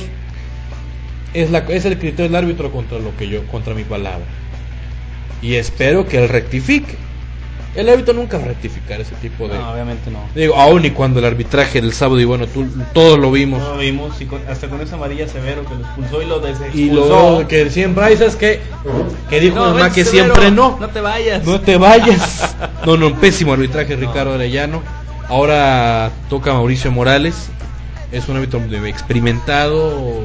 S4: es la es el criterio del árbitro contra lo que yo, contra mi palabra. Y espero que él rectifique. El árbitro nunca va a rectificar ese tipo de...
S3: No, obviamente no.
S4: Digo, aún y cuando el arbitraje del sábado, y bueno, tú, todos lo vimos.
S3: Todos lo vimos, y con, hasta con esa amarilla Severo que lo expulsó y lo desexpulsó.
S4: Y lo que siempre hay, ¿sabes qué? Que dijo
S3: no,
S4: mamá que
S3: Severo,
S4: siempre no.
S3: No te vayas.
S4: No te vayas. No, no, pésimo arbitraje Ricardo no. Arellano. Ahora toca Mauricio Morales. Es un árbitro experimentado,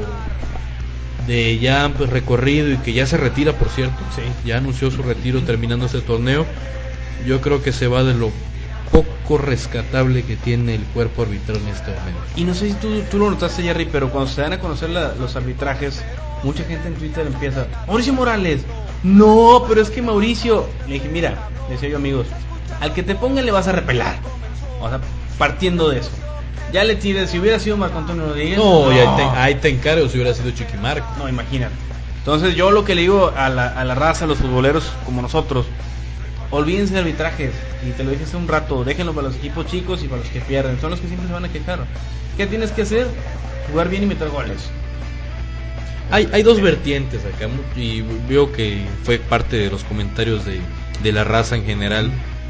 S4: de ya pues, recorrido, y que ya se retira, por cierto.
S3: Sí.
S4: Ya anunció su retiro terminando este torneo. Yo creo que se va de lo poco rescatable que tiene el cuerpo arbitral en este momento.
S3: Y no sé si tú, tú lo notaste, Jerry, pero cuando se dan a conocer la, los arbitrajes, mucha gente en Twitter empieza: Mauricio Morales, no, pero es que Mauricio... Le dije, mira, le decía yo, amigos, al que te pongan le vas a repelar. O sea, partiendo de eso. Ya le tires, si hubiera sido Marco Antonio Rodríguez...
S4: No, no. Y ahí te, ahí te encargo si hubiera sido Chiquimarco.
S3: No, imagínate. Entonces yo lo que le digo a la, a la raza, a los futboleros como nosotros: olvídense de arbitrajes, y te lo dije hace un rato, déjenlo para los equipos chicos y para los que pierden, son los que siempre se van a quejar. ¿Qué tienes que hacer? Jugar bien y meter goles.
S4: Hay, hay dos vertientes acá, y veo que fue parte de los comentarios de, de la raza en general.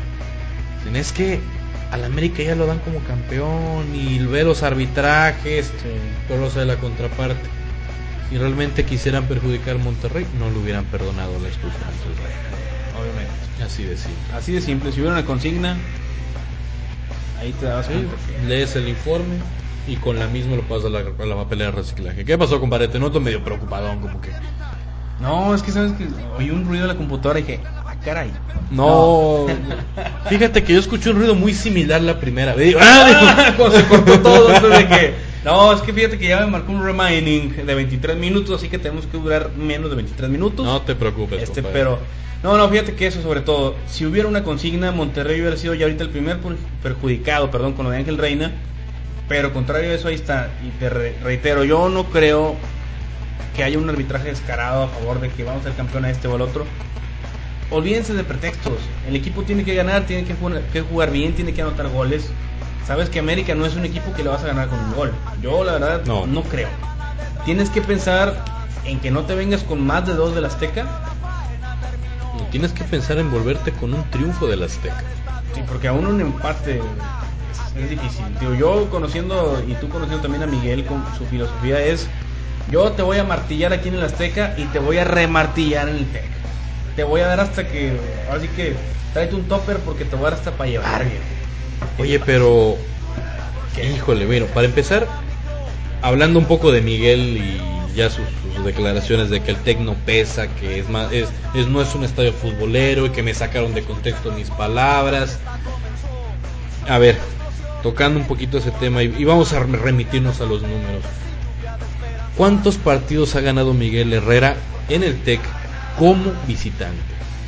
S4: Es que al América ya lo dan como campeón y ve los arbitrajes, sí. Pero no sabe la contraparte. y realmente quisieran perjudicar a Monterrey, no le hubieran perdonado la expulsión del Rey.
S3: Obviamente.
S4: Así de simple.
S3: Así de simple. Si hubiera una consigna, ahí te dabas
S4: Sí,
S3: cuenta que...
S4: lees el informe y con la misma lo pasas a la, a la papelera de reciclaje. ¿Qué pasó, compadre? Te noto medio preocupadón, como que...
S3: No, es que sabes que oí un ruido en la computadora y dije, ah, caray.
S4: No, fíjate que yo escuché un ruido muy similar la primera vez. ¡Ah!
S3: Cuando se cortó todo, entonces de que... No, es que fíjate que ya me marcó un remaining de veintitrés minutos, así que tenemos que durar menos de veintitrés minutos.
S4: No te preocupes,
S3: Este,
S4: compadre.
S3: pero... No, no, fíjate que eso sobre todo, si hubiera una consigna, Monterrey hubiera sido ya ahorita el primer perjudicado, perdón, con lo de Ángel Reina. Pero contrario a eso, ahí está. Y te re- reitero, yo no creo que haya un arbitraje descarado a favor de que vamos a ser campeón a este o al otro. Olvídense de pretextos. El equipo tiene que ganar, tiene que jugar, que jugar bien, tiene que anotar goles. Sabes que América no es un equipo que le vas a ganar con un gol. Yo la verdad no, no creo. Tienes que pensar en que no te vengas con más de dos del Azteca.
S4: No, tienes que pensar en volverte con un triunfo del Azteca.
S3: Sí, porque aún un empate es, es difícil. Digo, yo conociendo y tú conociendo también a Miguel, con su filosofía es: yo te voy a martillar aquí en el Azteca y te voy a remartillar en el Tec. Te voy a dar hasta que, así que tráete un topper porque te voy a dar hasta para llevar, bien.
S4: Oye, pero ¿qué? Híjole, bueno, para empezar, hablando un poco de Miguel y ya sus, sus declaraciones de que el Tec no pesa, que es más, es, es no es un estadio futbolero y que me sacaron de contexto mis palabras. A ver, tocando un poquito ese tema y, y vamos a remitirnos a los números. ¿Cuántos partidos ha ganado Miguel Herrera en el Tec como visitante?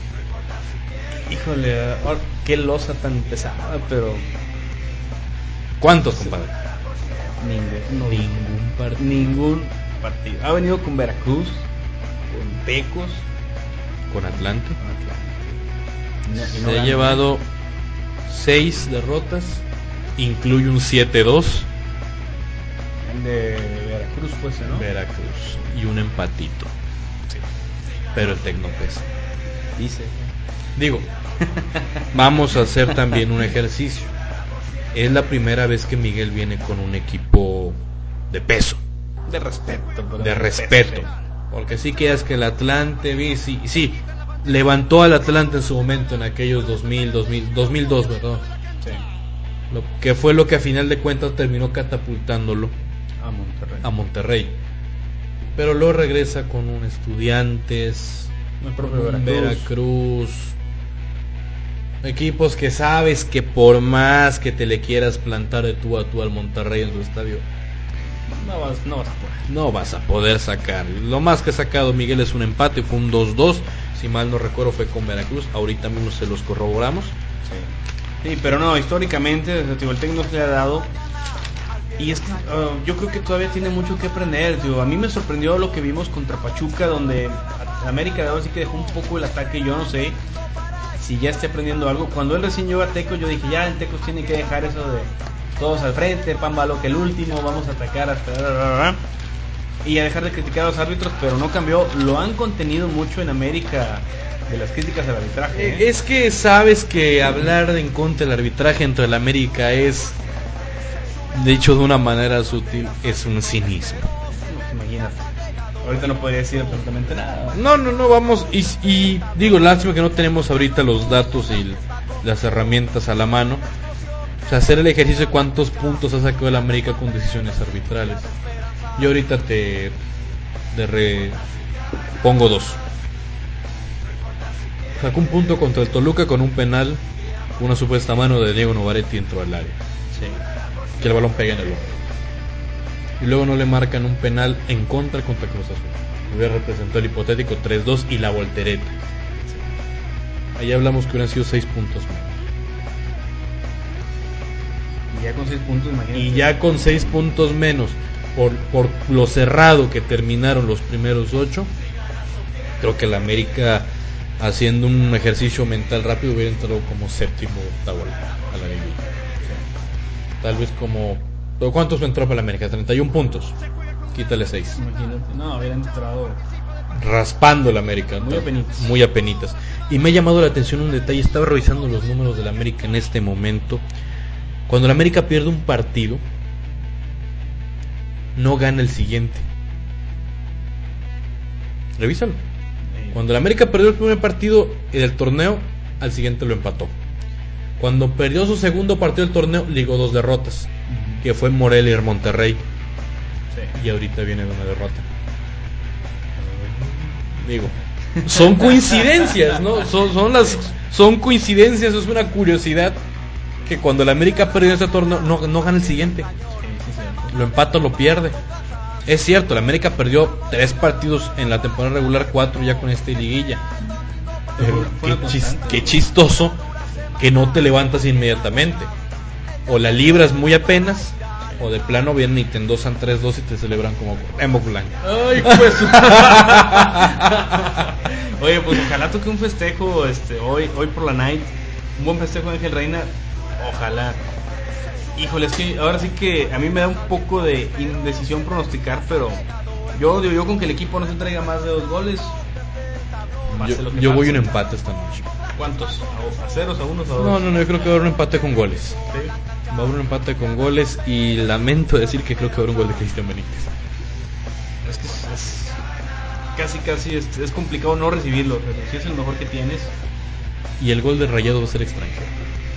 S3: Híjole, oh, qué losa tan pesada, pero
S4: ¿cuántos, compadre?
S3: Ningún,
S4: ningún partido.
S3: Ningún partido. Ha venido con Veracruz, con Tecos,
S4: con Atlante.
S3: Con Atlante. No,
S4: Se no ha llevado seis derrotas, incluye un siete dos.
S3: De Veracruz fue ese, ¿no?
S4: Veracruz y un empatito. Sí. Pero el Tec no pesa.
S3: Dice.
S4: Digo, vamos a hacer también un ejercicio. Es la primera vez que Miguel viene con un equipo de peso.
S3: De respeto.
S4: De, de respeto. Peso, porque sí que es que el Atlante, sí, sí, levantó al Atlante en su momento en aquellos dos mil, dos mil, dos mil dos, ¿verdad?
S3: Sí.
S4: Lo que fue lo que a final de cuentas terminó catapultándolo
S3: a Monterrey.
S4: A Monterrey. Pero luego regresa con un Estudiantes,
S3: con
S4: un
S3: Veracruz.
S4: Veracruz. Equipos que sabes que por más que te le quieras plantar de tú a tú al Monterrey en su estadio,
S3: no vas, no vas a poder.
S4: No vas a poder sacar. Lo más que ha sacado Miguel es un empate, fue un dos dos. Si mal no recuerdo fue con Veracruz. Ahorita mismo se los corroboramos.
S3: Sí, sí, pero no, históricamente el Tec no se le ha dado. Y es que uh, yo creo que todavía tiene mucho que aprender. Tío. A mí me sorprendió lo que vimos contra Pachuca, donde América de ahora sí que dejó un poco el ataque. Yo no sé si ya esté aprendiendo algo. Cuando él recién llegó a Tecos, yo dije, ya el Tecos tiene que dejar eso de todos al frente, pan baló que el último, vamos a atacar hasta... Y a dejar de criticar a los árbitros, pero no cambió. Lo han contenido mucho en América de las críticas al arbitraje. ¿eh?
S4: Es que sabes que hablar en contra del arbitraje entre el América es, dicho de una manera sutil, es un cinismo.
S3: Imagínate. Ahorita no podría decir absolutamente nada.
S4: No, no, no, vamos. Y, y digo, lástima que no tenemos ahorita los datos y las herramientas a la mano. O sea, hacer el ejercicio de cuántos puntos ha sacado el América con decisiones arbitrales. Yo ahorita te, te re, pongo dos. Sacó un punto contra el Toluca con un penal, una supuesta mano de Diego Novaretti entró al área.
S3: Sí.
S4: Que el balón pega en el hombro. Y luego no le marcan un penal en contra contra Cruz Azul. Hubiera representado el hipotético tres dos y la voltereta. Sí. Ahí hablamos que hubieran sido seis puntos más.
S3: Y ya con seis puntos, imagínate.
S4: Y ya con seis puntos menos, por, por lo cerrado que terminaron los primeros ocho, creo que el América, haciendo un ejercicio mental rápido, hubiera entrado como séptimo octavo a la liguilla. Sí. Tal vez como... ¿Cuántos entró para el América? treinta y uno puntos. Quítale seis.
S3: Imagínate, no, hubieran entrado
S4: raspando el América.
S3: Muy apenitas.
S4: Muy apenitas. Y me ha llamado la atención un detalle. Estaba revisando los números del América en este momento. Cuando el América pierde un partido, no gana el siguiente. Revísalo. Cuando el América perdió el primer partido del torneo, al siguiente lo empató. Cuando perdió su segundo partido del torneo, ligó dos derrotas, uh-huh. que fue Morelia y Monterrey. Sí. Y ahorita viene de una derrota. Digo, son coincidencias, ¿no? Son, son las, son coincidencias, es una curiosidad que cuando el América perdió este torneo, no, no gana el siguiente. Lo empata o lo pierde. Es cierto, el América perdió tres partidos en la temporada regular, cuatro ya con esta liguilla. Pero qué, chis, qué chistoso que no te levantas inmediatamente. O la libras muy apenas, o de plano vienen y te endosan tres dos y te celebran como Emo Blanco.
S3: Ay, pues. Oye, pues ojalá toque un festejo este hoy hoy por la night. Un buen festejo de Ángel Reina. Ojalá. Híjole, es que ahora sí que a mí me da un poco de indecisión pronosticar, pero yo digo yo con que el equipo no se traiga más de dos goles.
S4: Yo, yo voy a un empate esta noche.
S3: ¿Cuántos? ¿A, a ceros, a unos, a dos?
S4: No, no, no, yo creo que va a haber un empate con goles. ¿Sí? Va a haber un empate con goles y lamento decir que creo que va a haber un gol de Cristian Benítez.
S3: Es que es, es casi, casi es, es complicado no recibirlo, pero si es el mejor que tienes.
S4: Y el gol de Rayado va a ser extranjero.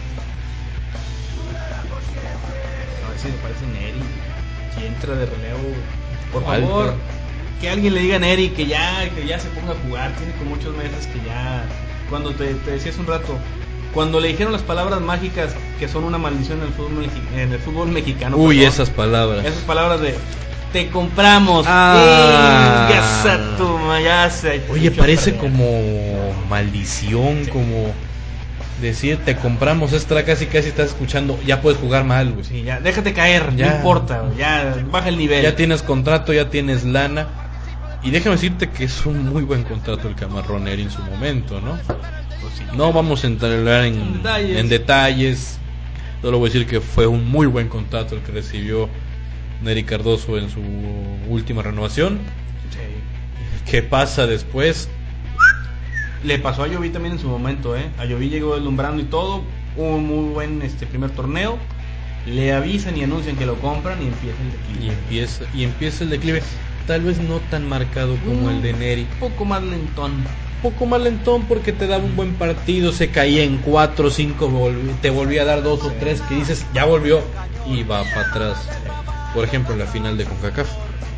S3: Si me parece Neri, si entra de relevo, por Walter. Favor, que alguien le diga a Neri que ya, que ya se ponga a jugar, tiene como muchos meses que ya, cuando te, te decía hace un rato, cuando le dijeron las palabras mágicas que son una maldición en el fútbol, en el fútbol mexicano.
S4: Uy, perdón, esas palabras.
S3: Esas palabras de, te compramos,
S4: ah.
S3: ya se
S4: Oye, parece como maldición, sí. Como... decir, te compramos extra, casi casi estás escuchando, ya puedes jugar mal, güey.
S3: Sí, ya, déjate caer, ya, no importa, güey, ya baja el nivel.
S4: Ya tienes contrato, ya tienes lana. Y déjame decirte que es un muy buen contrato el que amarró Neri en su momento, ¿no? Pues sí, no vamos a entrar en, en, detalles. en detalles. Solo voy a decir que fue un muy buen contrato el que recibió Neri Cardoso en su última renovación. Sí. ¿Qué pasa después?
S3: Le pasó a Lloví también en su momento, ¿eh? A Lloví llegó deslumbrando y todo, un muy buen este primer torneo, le avisan y anuncian que lo compran y empieza el declive.
S4: Y empieza, y empieza el declive, tal vez no tan marcado como mm, el de Neri.
S3: Un poco más lentón.
S4: Un poco más lentón porque te daba un buen partido, se caía en cuatro o cinco, te volvía a dar dos sí. o tres que dices, ya volvió, y va para atrás. Por ejemplo, en la final de CONCACAF.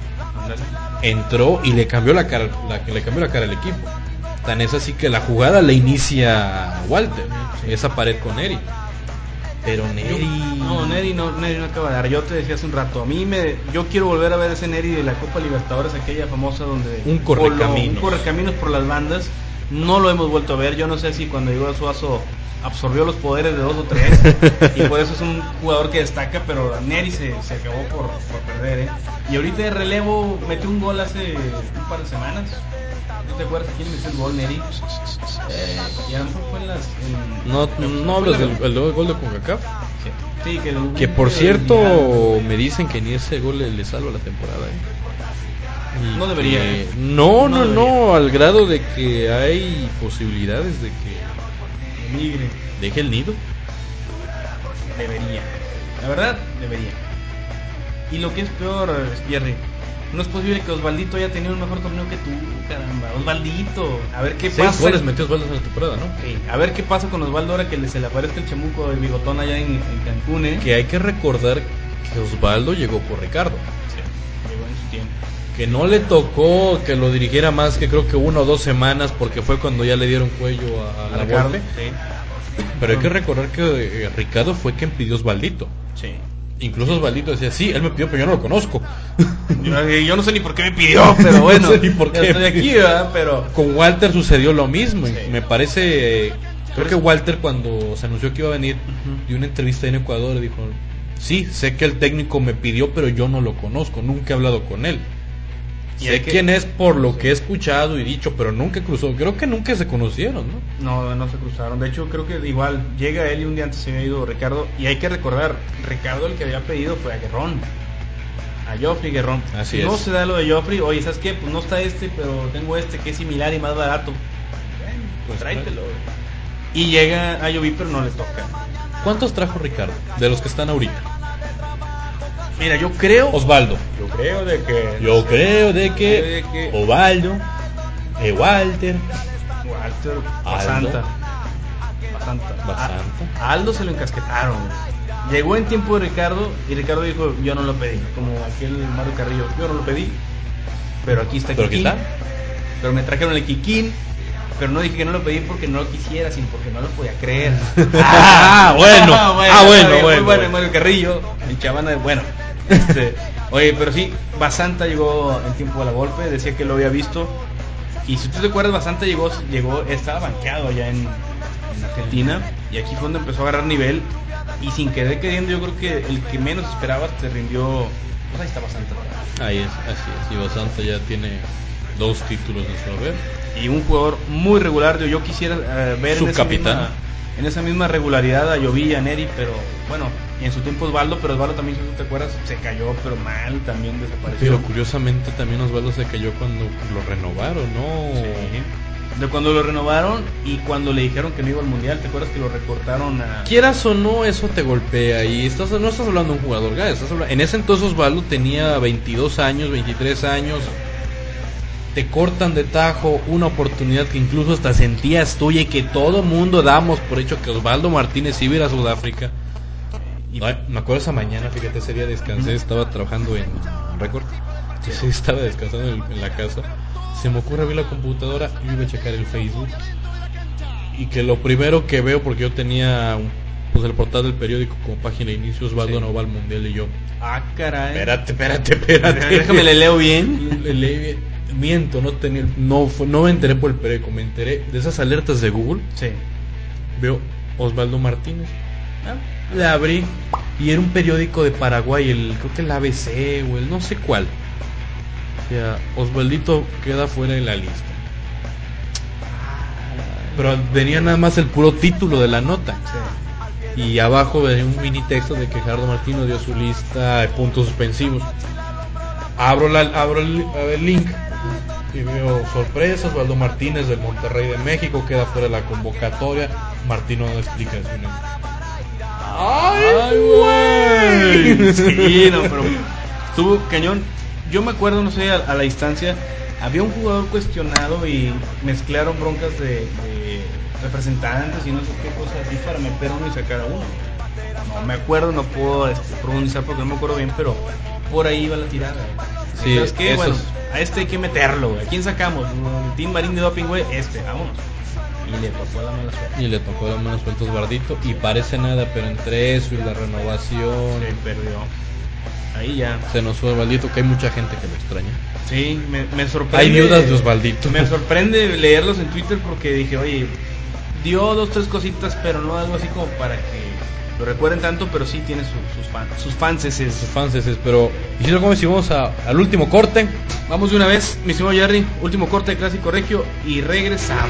S4: Entró y le cambió la cara, la, le cambió la cara al equipo. Tan es así que la jugada la inicia Walter, sí. Esa pared con Neri. Pero Neri...
S3: No, Neri no, Neri no acaba de dar. Yo te decía hace un rato, a mí me... Yo quiero volver a ver ese Neri de la Copa Libertadores, aquella famosa donde...
S4: Un correcaminos.
S3: Un correcaminos por las bandas. No lo hemos vuelto a ver. Yo no sé si cuando llegó a Suazo absorbió los poderes de dos o tres y por eso es un jugador que destaca, pero Neri se, se acabó por, por perder, ¿eh? Y ahorita de relevo metió un gol hace un par de semanas. ¿No te acuerdas quién metió el gol, Neri? Eh, y a lo mejor fue en las... En,
S4: no no, no hablas del el gol de CONCACAF.
S3: Sí, sí que, el,
S4: que por cierto me dicen que ni ese gol le, le salva la temporada, ¿eh?
S3: No debería,
S4: que, ¿eh? No, no, no, no, al grado de que hay posibilidades de que
S3: emigre.
S4: ¿Deje el nido?
S3: Debería. La verdad, debería. Y lo que es peor, Jerry, no es posible que Osvaldito haya tenido un mejor torneo que tú, caramba. Osvaldito, a ver qué
S4: Seis
S3: pasa.
S4: goles metió Osvaldo en la temporada, ¿no?
S3: Sí, a ver qué pasa con Osvaldo ahora que le, se le aparezca el chamuco de bigotón allá en, en Cancún, ¿eh?
S4: Que hay que recordar que Osvaldo llegó por Ricardo.
S3: Sí, llegó en su tiempo.
S4: Que no le tocó que lo dirigiera más que creo que una o dos semanas porque fue cuando ya le dieron cuello a, a la
S3: Ricardo,
S4: golpe.
S3: Sí.
S4: Pero hay que recordar que eh, Ricardo fue quien pidió Osvaldito.
S3: Sí.
S4: Incluso Osvaldito decía, sí, él me pidió, pero yo no lo conozco.
S3: Yo, yo no sé ni por qué me pidió, pero bueno,
S4: no sé ni por qué.
S3: Estoy aquí, ¿verdad? Pero
S4: con Walter sucedió lo mismo. Sí. Me parece, eh, creo que Walter cuando se anunció que iba a venir, uh-huh. dio una entrevista en Ecuador y dijo, sí, sé que el técnico me pidió, pero yo no lo conozco, nunca he hablado con él. Sé que, quién es por lo sí. que he escuchado y dicho, pero nunca cruzó. Creo que nunca se conocieron, ¿no?
S3: No, no se cruzaron. De hecho, creo que igual llega él y un día antes se había ido Ricardo. Y hay que recordar, Ricardo el que había pedido fue a Guerrón, a Joffrey Guerrón.
S4: Así
S3: si
S4: es.
S3: No se da lo de Joffrey, oye, ¿sabes qué? Pues no está este, pero tengo este que es similar y más barato. Bueno, pues tráetelo. Y llega a Jovi, pero no le toca.
S4: ¿Cuántos trajo Ricardo? De los que están ahorita.
S3: Mira, yo creo...
S4: Osvaldo.
S3: Yo creo de que...
S4: Yo creo de que...
S3: De que
S4: Osvaldo. Eh, Walter.
S3: Walter,
S4: Aldo.
S3: Basanta. Basanta.
S4: Basanta.
S3: A, a Aldo se lo encasquetaron. Llegó en tiempo de Ricardo y Ricardo dijo, yo no lo pedí. Como aquel Mario Carrillo, yo no lo pedí. Pero aquí está
S4: ¿Pero
S3: Kikín.
S4: aquí está?
S3: Pero me trajeron el Kikín. Pero no dije que no lo pedí porque no lo quisiera, sino porque no lo podía creer.
S4: Ah, bueno.
S3: Ah, bueno,
S4: Ah, bueno,
S3: está bien,
S4: bueno,
S3: muy bueno,
S4: bueno.
S3: Mario Carrillo, el chavana, bueno. Este, oye, pero sí, Basanta llegó en tiempo de la golpe, decía que lo había visto. Y si tú te acuerdas, Basanta llegó, llegó estaba banqueado allá en, en Argentina. Y aquí fue donde empezó a agarrar nivel. Y sin querer queriendo, yo creo que el que menos esperabas te rindió. Pues ahí está Basanta.
S4: Ahí es, así es. Y Basanta ya tiene dos títulos de su haber.
S3: Y un jugador muy regular. Yo, yo quisiera uh, ver en esa, misma, en esa misma regularidad a Llovi y a Neri, pero bueno, y en su tiempo Osvaldo, pero Osvaldo también, si tú te acuerdas, se cayó, pero mal, también desapareció.
S4: Pero curiosamente también Osvaldo se cayó cuando lo renovaron, ¿no?
S3: Sí. De cuando lo renovaron y cuando le dijeron que no iba al mundial, ¿te acuerdas que lo recortaron a...
S4: Quieras o no, eso te golpea y estás, no estás hablando de un jugador, ¿verdad? Estás hablando... En ese entonces Osvaldo tenía veintidós años, veintitrés años. Te cortan de tajo una oportunidad que incluso hasta sentías tuya y que todo mundo damos por hecho que Osvaldo Martínez iba a ir a Sudáfrica. Y ay, me acuerdo esa mañana, fíjate, ese día descansé, estaba trabajando en Record, sí, estaba descansando en, en la casa. Se me ocurre abrir la computadora y iba a checar el Facebook. Y que lo primero que veo, porque yo tenía un, pues el portal del periódico como página de inicio, Osvaldo sí. no va al mundial y yo.
S3: Ah, caray.
S4: Espérate, espérate, espérate.
S3: Déjame le leo bien.
S4: Le leí bien. Miento, no tenía, no fue, no me enteré por el periódico, me enteré de esas alertas de Google.
S3: Sí.
S4: Veo Osvaldo Martínez. Ah, le abrí y era un periódico de Paraguay, el creo que el A B C o el no sé cuál. O sea, Osvaldito queda fuera de la lista. Pero venía nada más el puro título de la nota. Sí. Y abajo venía un mini texto de que Gerardo Martino dio su lista de puntos suspensivos. Abro la abro el, el link y veo sorpresa, Osvaldo Martínez del Monterrey de México queda fuera de la convocatoria. Martino no explica eso.
S3: ¡Ay, güey! Sí, no, pero estuvo cañón. Yo me acuerdo, no sé, a, a la distancia, había un jugador cuestionado y mezclaron broncas de, de representantes y no sé qué cosas así para meter uno y sacar a uno. No me acuerdo, no puedo este, pronunciar porque no me acuerdo bien, pero por ahí iba la tirada.
S4: Sí,
S3: ¿sabes qué? Bueno,
S4: es...
S3: a este hay que meterlo, güey. ¿A quién sacamos? El Team Marín de Doping, güey. Este, vámonos. Y le tocó la mala suerte.
S4: Y le tocó la mala suerte a Osvaldito. Y parece nada, pero entre eso y la renovación.
S3: Se perdió. Ahí ya.
S4: Se nos fue Osvaldito, que hay mucha gente que lo extraña.
S3: Sí, me, me sorprende.
S4: Hay viudas de Osvaldito.
S3: Me sorprende leerlos en Twitter porque dije, oye, dio dos, tres cositas, pero no algo así como para que lo recuerden tanto, pero sí tiene su, sus fans, sus fanses,
S4: sus fanses, pero Isidro Gómez, si vamos a, al último corte.
S3: Vamos de una vez, mi estimado Jerry, último corte de Clásico Regio y regresamos.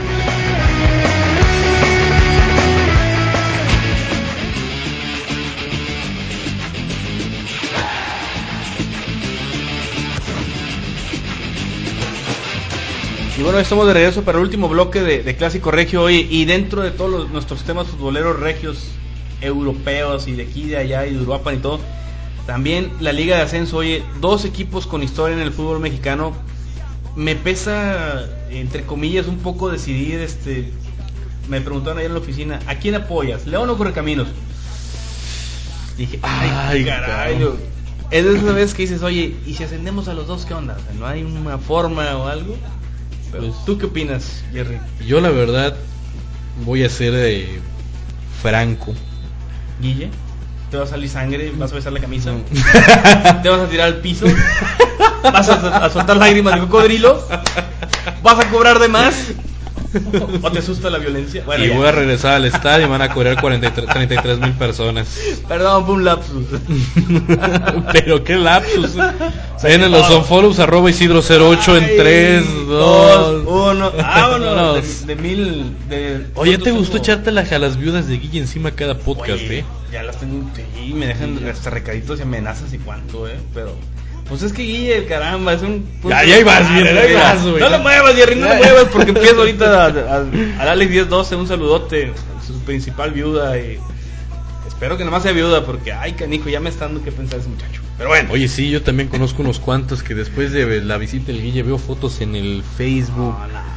S3: Y bueno, estamos de regreso para el último bloque de, de Clásico Regio hoy. Y dentro de todos los, nuestros temas futboleros regios, europeos y de aquí, de allá y de Uruapan y todo, también la Liga de Ascenso. Oye, dos equipos con historia en el fútbol mexicano. Me pesa, entre comillas, un poco decidir. este Me preguntaron allá en la oficina, ¿a quién apoyas? ¿León o Correcaminos? Dije, ay, ay caray. Caray. Es de esas veces que dices, oye, ¿y si ascendemos a los dos, qué onda? O sea, ¿no hay una forma o algo? Pero, pues, ¿tú qué opinas, Jerry?
S4: Yo la verdad voy a ser eh, franco.
S3: Guille, ¿te va a salir sangre? ¿Vas a besar la camisa? No. ¿Te vas a tirar al piso? ¿Vas a, a soltar lágrimas de cocodrilo? ¿Vas a cobrar de más? ¿O te asusta la violencia?
S4: Bueno, y ya. Voy a regresar al estadio y van a cobrar cuarenta y tres, treinta y tres mil personas.
S3: Perdón, fue un lapsus.
S4: Pero qué lapsus. Ven en los unfollows arroba Isidro cero ocho en tres, dos,
S3: uno. Vámonos. De, de mil. De,
S4: Oye, ¿te gustó echarte las, a las viudas de Guille encima cada podcast?
S3: Oye,
S4: eh?
S3: Ya las tengo. Sí, me dejan hasta recaditos y amenazas y cuánto, eh. Pero. Pues es que Guille, caramba, es un...
S4: Ya, ya ibas, bien, ya ibas, güey.
S3: No lo muevas, Jerry, no lo muevas, porque empiezo ahorita a, a, a Alex diez doce, un saludote, su principal viuda, y espero que nomás sea viuda, porque, ay, canijo, ya me está dando que pensar ese muchacho. Pero bueno.
S4: Oye, sí, yo también conozco unos cuantos que después de la visita del Guille veo fotos en el Facebook. No, no.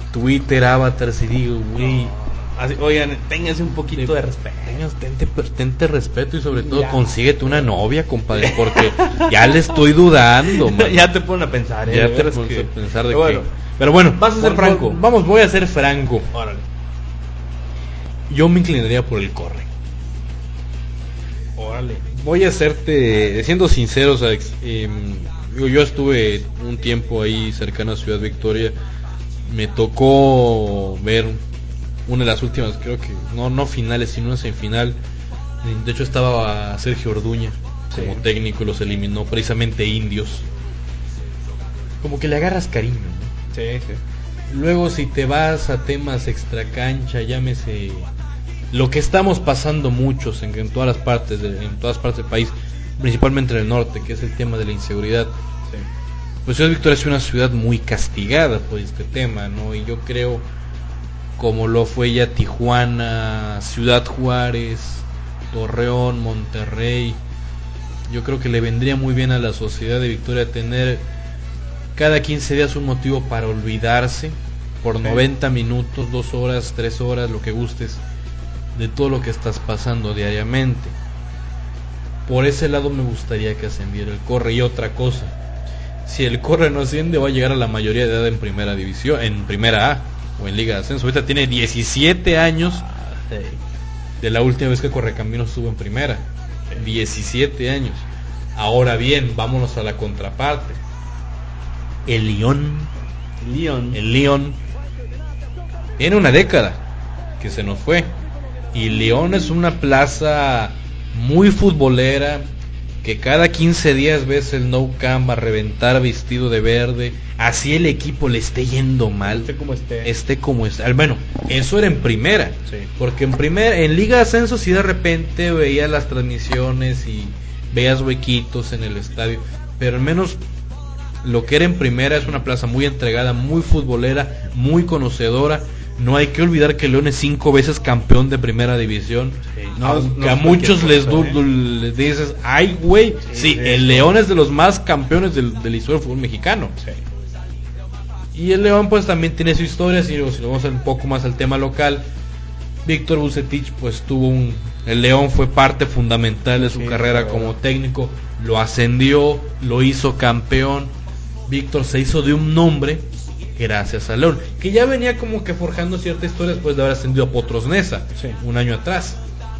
S4: Twitter, avatars, y digo, güey,
S3: Así, oigan, ténganse un poquito de respeto.
S4: tengas, tente, tente respeto y sobre todo
S3: Ya.
S4: consíguete una novia, compadre, porque ya le estoy dudando, man.
S3: Ya te ponen a pensar, ¿eh?
S4: Ya
S3: De
S4: te
S3: veras
S4: pones
S3: que-
S4: a pensar de
S3: Pero bueno,
S4: que... Pero bueno,
S3: vas a ser
S4: vol-
S3: franco.
S4: vol- Vamos, voy a ser franco.
S3: Órale.
S4: Yo me inclinaría por el corre.
S3: Órale.
S4: Voy a hacerte, siendo sinceros, Alex, eh, digo, yo estuve un tiempo ahí cercano a Ciudad Victoria. Me tocó ver una de las últimas, creo que no no finales, sino una semifinal. De hecho estaba Sergio Orduña como
S3: Sí.
S4: técnico y los eliminó precisamente Indios. Como que le agarras cariño, ¿no?
S3: Sí, sí.
S4: Luego si te vas a temas extracancha, llámese lo que estamos pasando muchos en, en todas las partes de, en todas partes del país, principalmente en el norte, que es el tema de la inseguridad.
S3: Sí.
S4: Pues Ciudad Victoria es una ciudad muy castigada por este tema, ¿no? Y yo creo, como lo fue ya Tijuana, Ciudad Juárez, Torreón, Monterrey, yo creo que le vendría muy bien a la sociedad de Victoria tener cada quince días un motivo para olvidarse por noventa minutos, dos horas, tres horas, lo que gustes, de todo lo que estás pasando diariamente. Por ese lado me gustaría que ascendiera el corre. Y otra cosa, si el corre no asciende, va a llegar a la mayoría de edad en primera división, en primera A o en Liga de Ascenso. Ahorita tiene diecisiete años de la última vez que Correcaminos estuvo en primera. diecisiete años. Ahora bien, vámonos a la contraparte. El Lyon,
S3: León.
S4: el Lyon tiene una década que se nos fue. Y León es una plaza muy futbolera, que cada quince días ves el Nou Camp a reventar vestido de verde, así el equipo le esté yendo mal,
S3: Esté como esté.
S4: esté como esté. Al- Bueno, eso era en primera,
S3: Sí.
S4: porque en primera, en Liga de Ascenso sí de repente veías las transmisiones y veías huequitos en el estadio, pero al menos lo que era en primera es una plaza muy entregada, muy futbolera, muy conocedora. No hay que olvidar que León es cinco veces campeón de primera división.
S3: Sí, no,
S4: Aunque
S3: no
S4: a
S3: es
S4: muchos
S3: cualquier
S4: les,
S3: cosa,
S4: du-
S3: ¿eh?
S4: du- les dices, ay güey, sí,
S3: sí,
S4: el
S3: sí.
S4: León es de los más campeones del, del historia del fútbol mexicano.
S3: Sí.
S4: Y el León pues también tiene su historia. Si, si lo vamos a un poco más al tema local, Víctor Vucetich pues tuvo un... El León fue parte fundamental de su
S3: Sí,
S4: carrera
S3: claro.
S4: como técnico. Lo ascendió, lo hizo campeón. Víctor se hizo de un nombre gracias a León, que ya venía como que forjando cierta historia después de haber ascendido a Potros Neza,
S3: Sí.
S4: un año atrás.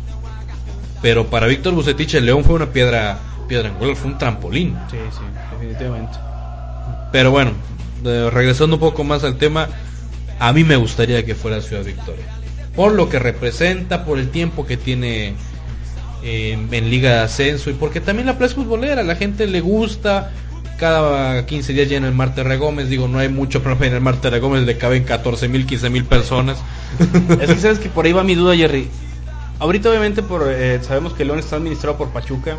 S4: Pero para Víctor Vucetich el León fue una piedra, piedra angular, fue un trampolín.
S3: Sí, sí, definitivamente.
S4: Pero bueno, de- regresando un poco más al tema, a mí me gustaría que fuera Ciudad Victoria, por lo que representa, por el tiempo que tiene eh, en Liga de Ascenso, y porque también la plaza es futbolera, a la gente le gusta. Cada quince días llena el Marte Gómez. Digo, no hay mucho problema en el Marte Gómez, le caben catorce mil, quince mil personas.
S3: Es que sabes que por ahí va mi duda, Jerry. Ahorita obviamente por eh, sabemos que León está administrado por Pachuca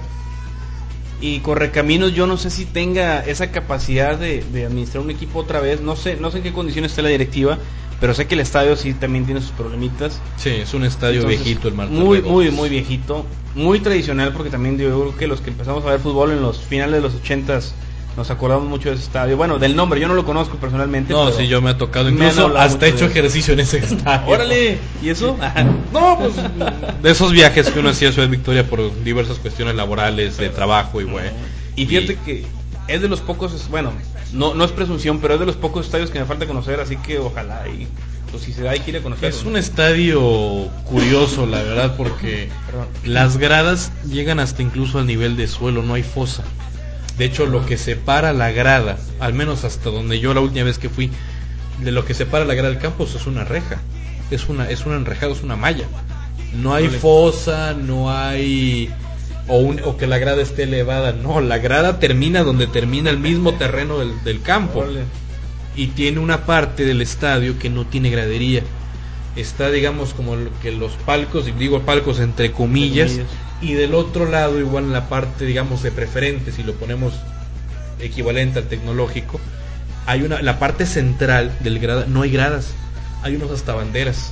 S3: y Correcaminos, yo no sé si tenga esa capacidad de, de administrar un equipo otra vez. No sé, no sé en qué condiciones está la directiva, pero sé que el estadio sí también tiene sus problemitas.
S4: Sí, es un estadio
S3: Entonces,
S4: viejito el Marte
S3: muy,
S4: Gómez.
S3: muy, muy viejito, muy tradicional, porque también yo creo que los que empezamos a ver fútbol en los finales de los ochentas nos acordamos mucho de ese estadio. Bueno, del nombre, yo no lo conozco personalmente.
S4: No,
S3: pero
S4: sí, yo me ha tocado,
S3: me han
S4: incluso
S3: hablado
S4: hasta he
S3: mucho
S4: hecho
S3: de-
S4: ejercicio en ese estadio.
S3: Órale, ¿y eso?
S4: No, pues de esos viajes que uno hacía a Ciudad Victoria por diversas cuestiones laborales, de trabajo y güey.
S3: Y fíjate que es de los pocos, bueno, no, no es presunción, pero es de los pocos estadios que me falta conocer, así que ojalá y pues si se da y quiere conocer.
S4: Es un estadio curioso, la verdad, porque
S3: Perdón.
S4: las gradas llegan hasta incluso al nivel de suelo, no hay fosa. De hecho, lo que separa la grada, al menos hasta donde yo la última vez que fui, de lo que separa la grada del campus es una reja, es una es un enrejado, es una malla. No hay
S3: Vale.
S4: fosa, no hay o, un, o que la grada esté elevada, no, la grada termina donde termina el mismo terreno del, del campo.
S3: Órale.
S4: Y tiene una parte del estadio que no tiene gradería. Está, digamos, como lo que los palcos, y digo palcos entre comillas,
S3: Entre comillas.
S4: y del otro lado, igual en la parte, digamos, de preferente, si lo ponemos equivalente al tecnológico, hay una, la parte central del grada, no hay gradas, hay unos hasta banderas.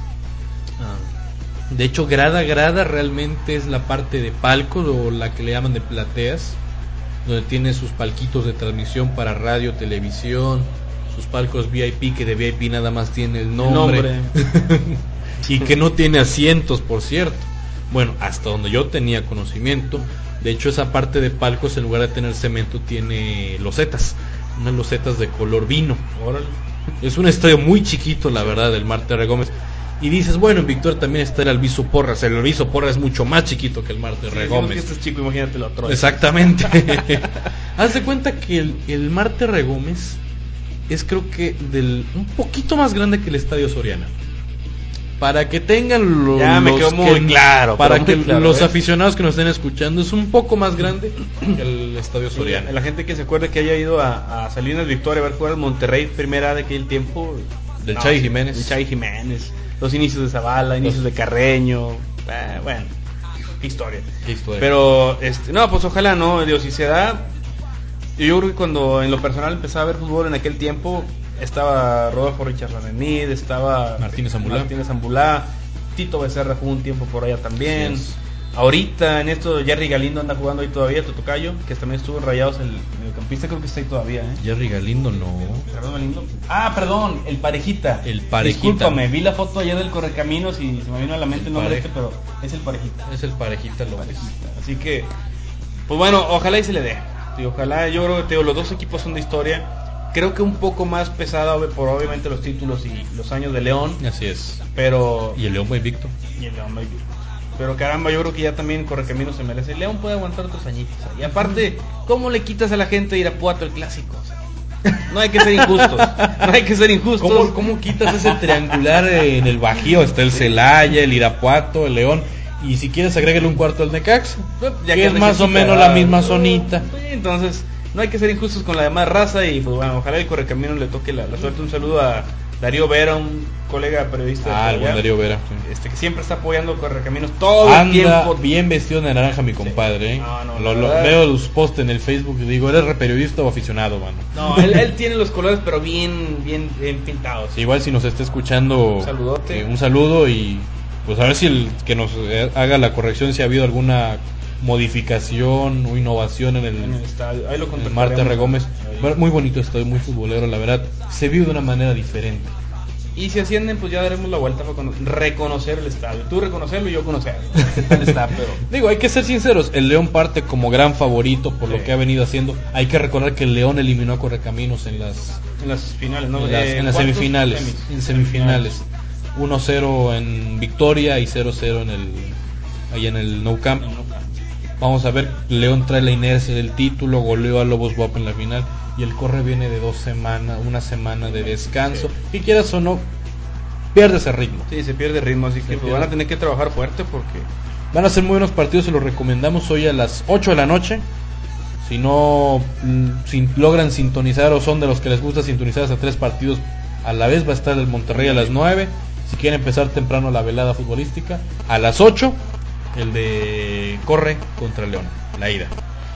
S4: De hecho, grada, grada realmente es la parte de palcos, o la que le llaman de plateas, donde tiene sus palquitos de transmisión para radio, televisión, sus palcos V I P, que de V I P nada más tiene el nombre,
S3: nombre.
S4: y que no tiene asientos, por cierto. Bueno, hasta donde yo tenía conocimiento, de hecho esa parte de palcos, en lugar de tener cemento, tiene losetas, unas losetas de color vino.
S3: Órale.
S4: Es un estadio muy chiquito, la verdad, del Marte R. Gómez. Y dices, bueno, en Victoria también está el Alviso Porras. El Alviso Porras es mucho más chiquito que el Marte R.
S3: Sí,
S4: Gómez.
S3: que este es chico, imagínate el otro.
S4: Exactamente. Haz de cuenta que el, el Marte R. Gómez es, creo que del un poquito más grande que el Estadio Soriana. Para que tengan lo,
S3: ya me
S4: los
S3: quedó muy
S4: que,
S3: claro.
S4: Para que
S3: muy claro,
S4: los
S3: ¿eh?
S4: aficionados que nos estén escuchando, es un poco más grande que el Estadio Soriana.
S3: Sí, la gente que se acuerde que haya ido a, a Salinas Victoria a ver jugar al Monterrey primera de aquel tiempo.
S4: Del
S3: no,
S4: Chay Jiménez.
S3: El Chay Jiménez. Los inicios de Zavala, inicios de Carreño. Eh, bueno, qué historia.
S4: Qué historia.
S3: Pero, este, no, pues ojalá, ¿no? Dios, si se da. Yo creo que cuando en lo personal empezaba a ver fútbol en aquel tiempo, estaba Rodolfo Richard Ranenid, estaba
S4: Martínez Ambulá.
S3: Martínez Ambulá, Tito Becerra jugó un tiempo por allá también.
S4: Yes.
S3: Ahorita en esto Jerry Galindo anda jugando ahí todavía, tu tocayo, que también estuvo en Rayados, el mediocampista, creo que está ahí todavía, ¿eh?
S4: Jerry Galindo no.
S3: Perdón, Galindo. Ah, perdón, el Parejita.
S4: El Parejita.
S3: Discúlpame, vi la foto allá del Correcaminos y se me vino a la mente el,
S4: El
S3: nombre
S4: Pareja.
S3: este, pero es el Parejita.
S4: Es el Parejita López.
S3: Parejita. Así que, pues bueno, ojalá y se le dé. Tío, ojalá, yo creo que tío, los dos equipos son de historia. Creo que un poco más pesada por obviamente los títulos y los años de León.
S4: Así es.
S3: Pero...
S4: Y el León va invicto.
S3: Y el León va invicto. Pero caramba, yo creo que ya también Correcaminos se merece. El León puede aguantar otros añitos. Y aparte, ¿cómo le quitas a la gente de Irapuato el clásico? No hay que ser injustos. No hay que ser injustos.
S4: ¿Cómo, cómo quitas ese triangular en el Bajío? Está el Celaya, el Irapuato, el León. Y si quieres agrégale un cuarto al Necaxa,
S3: Ya
S4: que es
S3: necesita,
S4: más o menos la misma zonita.
S3: Sí, entonces, no hay que ser injustos con la demás raza. Y pues bueno, ojalá el Correcaminos le toque la, la suerte. Un saludo a Darío Vera, un colega periodista.
S4: Ah, el buen Darío Vera. Sí.
S3: Este, que siempre está apoyando Correcaminos todo
S4: Anda
S3: el tiempo.
S4: bien vestido de naranja mi compadre, ¿eh?
S3: No, no,
S4: lo,
S3: la
S4: lo,
S3: verdad.
S4: veo los posts en el Facebook y digo, ¿eres periodista o aficionado, mano?
S3: No, él, él tiene los colores pero bien, bien, bien pintados.
S4: Sí, igual si nos está escuchando,
S3: Un saludote.
S4: eh, un saludo y pues a ver si el que nos eh, haga la corrección, si ha habido alguna modificación o innovación en el,
S3: En el estadio. Ahí lo
S4: en el
S3: contactaremos.
S4: Marte R. Gómez.
S3: Ahí.
S4: Bueno, muy bonito estadio, muy futbolero, la verdad. Se vive de una manera diferente.
S3: Y si ascienden, pues ya daremos la vuelta para cono- reconocer el estadio. Tú reconocerlo y yo conocerlo. ¿Qué tal está? Pero
S4: Digo, hay que ser sinceros, el León parte como gran favorito por lo
S3: Sí.
S4: que ha venido haciendo. Hay que recordar que el León eliminó a Correcaminos en las,
S3: en las finales, ¿no?
S4: en las,
S3: Eh,
S4: en las
S3: ¿cuántos?
S4: semifinales.
S3: Semis.
S4: En semifinales. uno cero en Victoria y cero cero en el ahí en el Nou Camp.
S3: En Luca.
S4: Vamos a ver, León trae la inercia del título, goleó a Lobos B U A P en la final y el Corre viene de dos semanas, una semana de descanso.
S3: Sí.
S4: Y quieras o no, pierde ese ritmo.
S3: Sí, se pierde ritmo, así que pues,
S4: pierde.
S3: van a tener que trabajar fuerte porque
S4: Van a ser muy buenos partidos, se los recomendamos hoy a las ocho de la noche. Si no mm, si logran sintonizar o son de los que les gusta sintonizar hasta tres partidos a la vez, va a estar el Monterrey a las nueve. Si quieren empezar temprano la velada futbolística, a las ocho el de Corre contra León, la ida.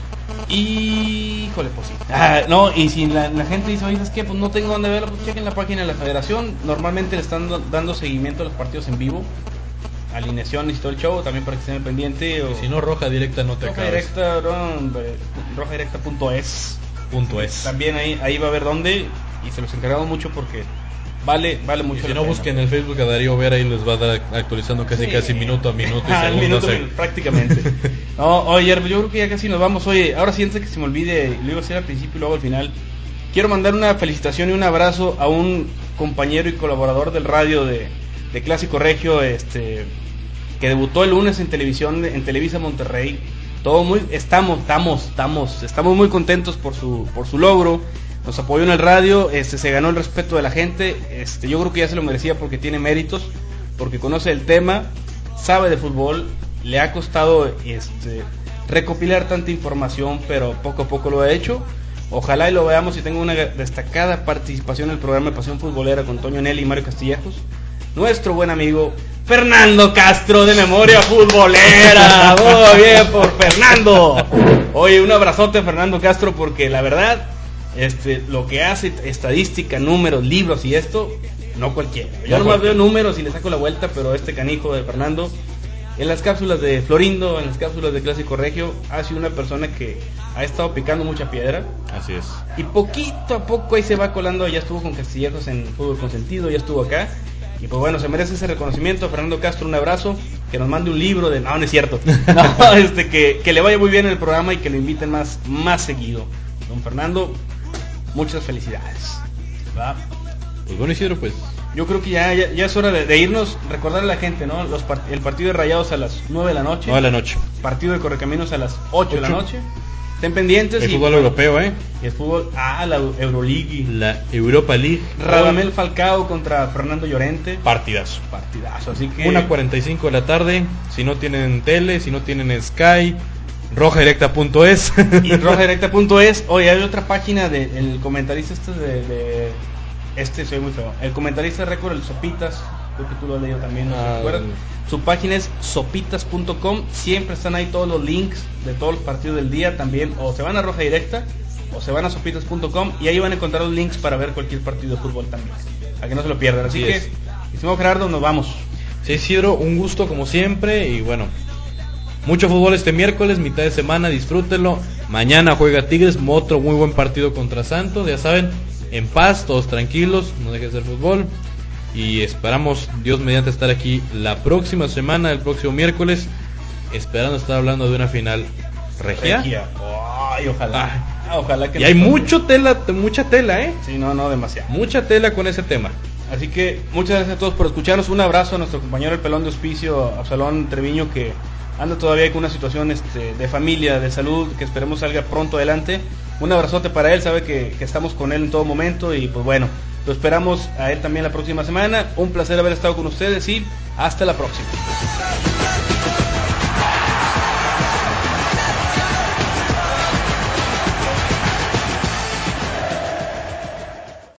S3: Y, híjole, pues sí. Ah, no, y si la, la gente dice, oye, ¿sabes qué? Pues no tengo dónde verlo, pues chequen la página de la federación. Normalmente le están do- dando seguimiento a los partidos en vivo, alineaciones y todo el show, también para que estén al pendiente. O
S4: Y si no, roja directa no te
S3: roja
S4: acabes.
S3: directa, no, roja directa punto es.
S4: Punto es.
S3: También ahí, ahí va a ver dónde, y se los encargamos mucho porque vale, vale
S4: Y
S3: mucho
S4: si
S3: la
S4: no,
S3: pena.
S4: busquen en el Facebook a Darío Vera y les va a dar actualizando casi
S3: Sí.
S4: casi minuto a minuto y
S3: Ah,
S4: segundo
S3: minuto,
S4: a segundo.
S3: minuto, prácticamente. No, oye, yo creo que ya casi nos vamos. Oye, ahora sí, antes de que se me olvide, lo iba a hacer al principio y luego al final. Quiero mandar una felicitación y un abrazo a un compañero y colaborador del radio de, de Clásico Regio, este, que debutó el lunes en televisión, en Televisa Monterrey. Todo muy, estamos, estamos, estamos, estamos muy contentos por su, por su logro. Nos apoyó en el radio, este, se ganó el respeto de la gente. Este, yo creo que ya se lo merecía porque tiene méritos, porque conoce el tema, sabe de fútbol. Le ha costado este, recopilar tanta información, pero poco a poco lo ha hecho. Ojalá y lo veamos y tenga una destacada participación en el programa de Pasión Futbolera con Toño Nelly y Mario Castillejos. Nuestro buen amigo Fernando Castro de Memoria Futbolera. Muy bien por Fernando. Oye, un abrazote a Fernando Castro porque la verdad, este, lo que hace, estadística, números, libros y esto, no cualquiera. Yo
S4: No
S3: nomás
S4: cualquiera.
S3: veo números y le saco la vuelta, pero este canijo de Fernando en las cápsulas de Florindo, en las cápsulas de Clásico Regio, ha sido una persona que ha estado picando mucha piedra.
S4: Así es.
S3: Y poquito a poco ahí se va colando, ya estuvo con Castillejos en Fútbol Consentido, ya estuvo acá. Y pues bueno, se merece ese reconocimiento. Fernando Castro, un abrazo, que nos mande un libro de... No, no es cierto. No, este, que, que le vaya muy bien en el programa y que lo inviten más, más seguido. Don Fernando, muchas felicidades. ¿Va?
S4: Pues bueno, Isidro, pues
S3: yo creo que ya, ya, ya es hora de, de irnos. Recordarle a la gente, ¿no? Los part- el partido de Rayados a las nueve de la noche.
S4: nueve de la noche.
S3: Partido de Correcaminos a las ocho de la noche. Estén pendientes.
S4: El
S3: y,
S4: fútbol
S3: bueno,
S4: europeo, ¿eh?
S3: Y el fútbol, ah, la Euroleague.
S4: La Europa League.
S3: Radamel Falcao contra Fernando Llorente.
S4: Partidazo.
S3: Partidazo, así que...
S4: una cuarenta y cinco de la tarde. Si no tienen tele, si no tienen Sky, roja directa punto es.
S3: Y roja directa punto es. Oye, hay otra página del comentarista este de, de... Este soy muy feo. El comentarista récord, el Sopitas. Creo que tú lo has leído también, no
S4: Ah,
S3: se acuerdas. Su página es sopitas punto com. Siempre están ahí todos los links de todos los partidos del día. También o se van a roja directa o se van a sopitas punto com y ahí van a encontrar los links para ver cualquier partido de fútbol también, a que no se lo pierdan. Así, Así que, estimado Gerardo, nos vamos.
S4: Sí, Isidro, un gusto como siempre. Y bueno, mucho fútbol este miércoles, mitad de semana, disfrútenlo. Mañana juega Tigres, otro muy buen partido contra Santos. Ya saben, en paz, todos tranquilos, no dejen de hacer fútbol. Y esperamos, Dios mediante, estar aquí la próxima semana, el próximo miércoles, esperando estar hablando de una final regia.
S3: regia. Ay, ojalá. Ah, ojalá que
S4: y hay mucho tela, mucha tela, ¿eh?
S3: Sí, no, no, demasiado.
S4: Mucha tela con ese tema.
S3: Así que muchas gracias a todos por escucharnos. Un abrazo a nuestro compañero el pelón de hospicio, Absalón Treviño, que anda todavía con una situación este, de familia, de salud, que esperemos salga pronto adelante. Un abrazote para él, sabe que, que estamos con él en todo momento y pues bueno, lo esperamos a él también la próxima semana. Un placer haber estado con ustedes y hasta la próxima.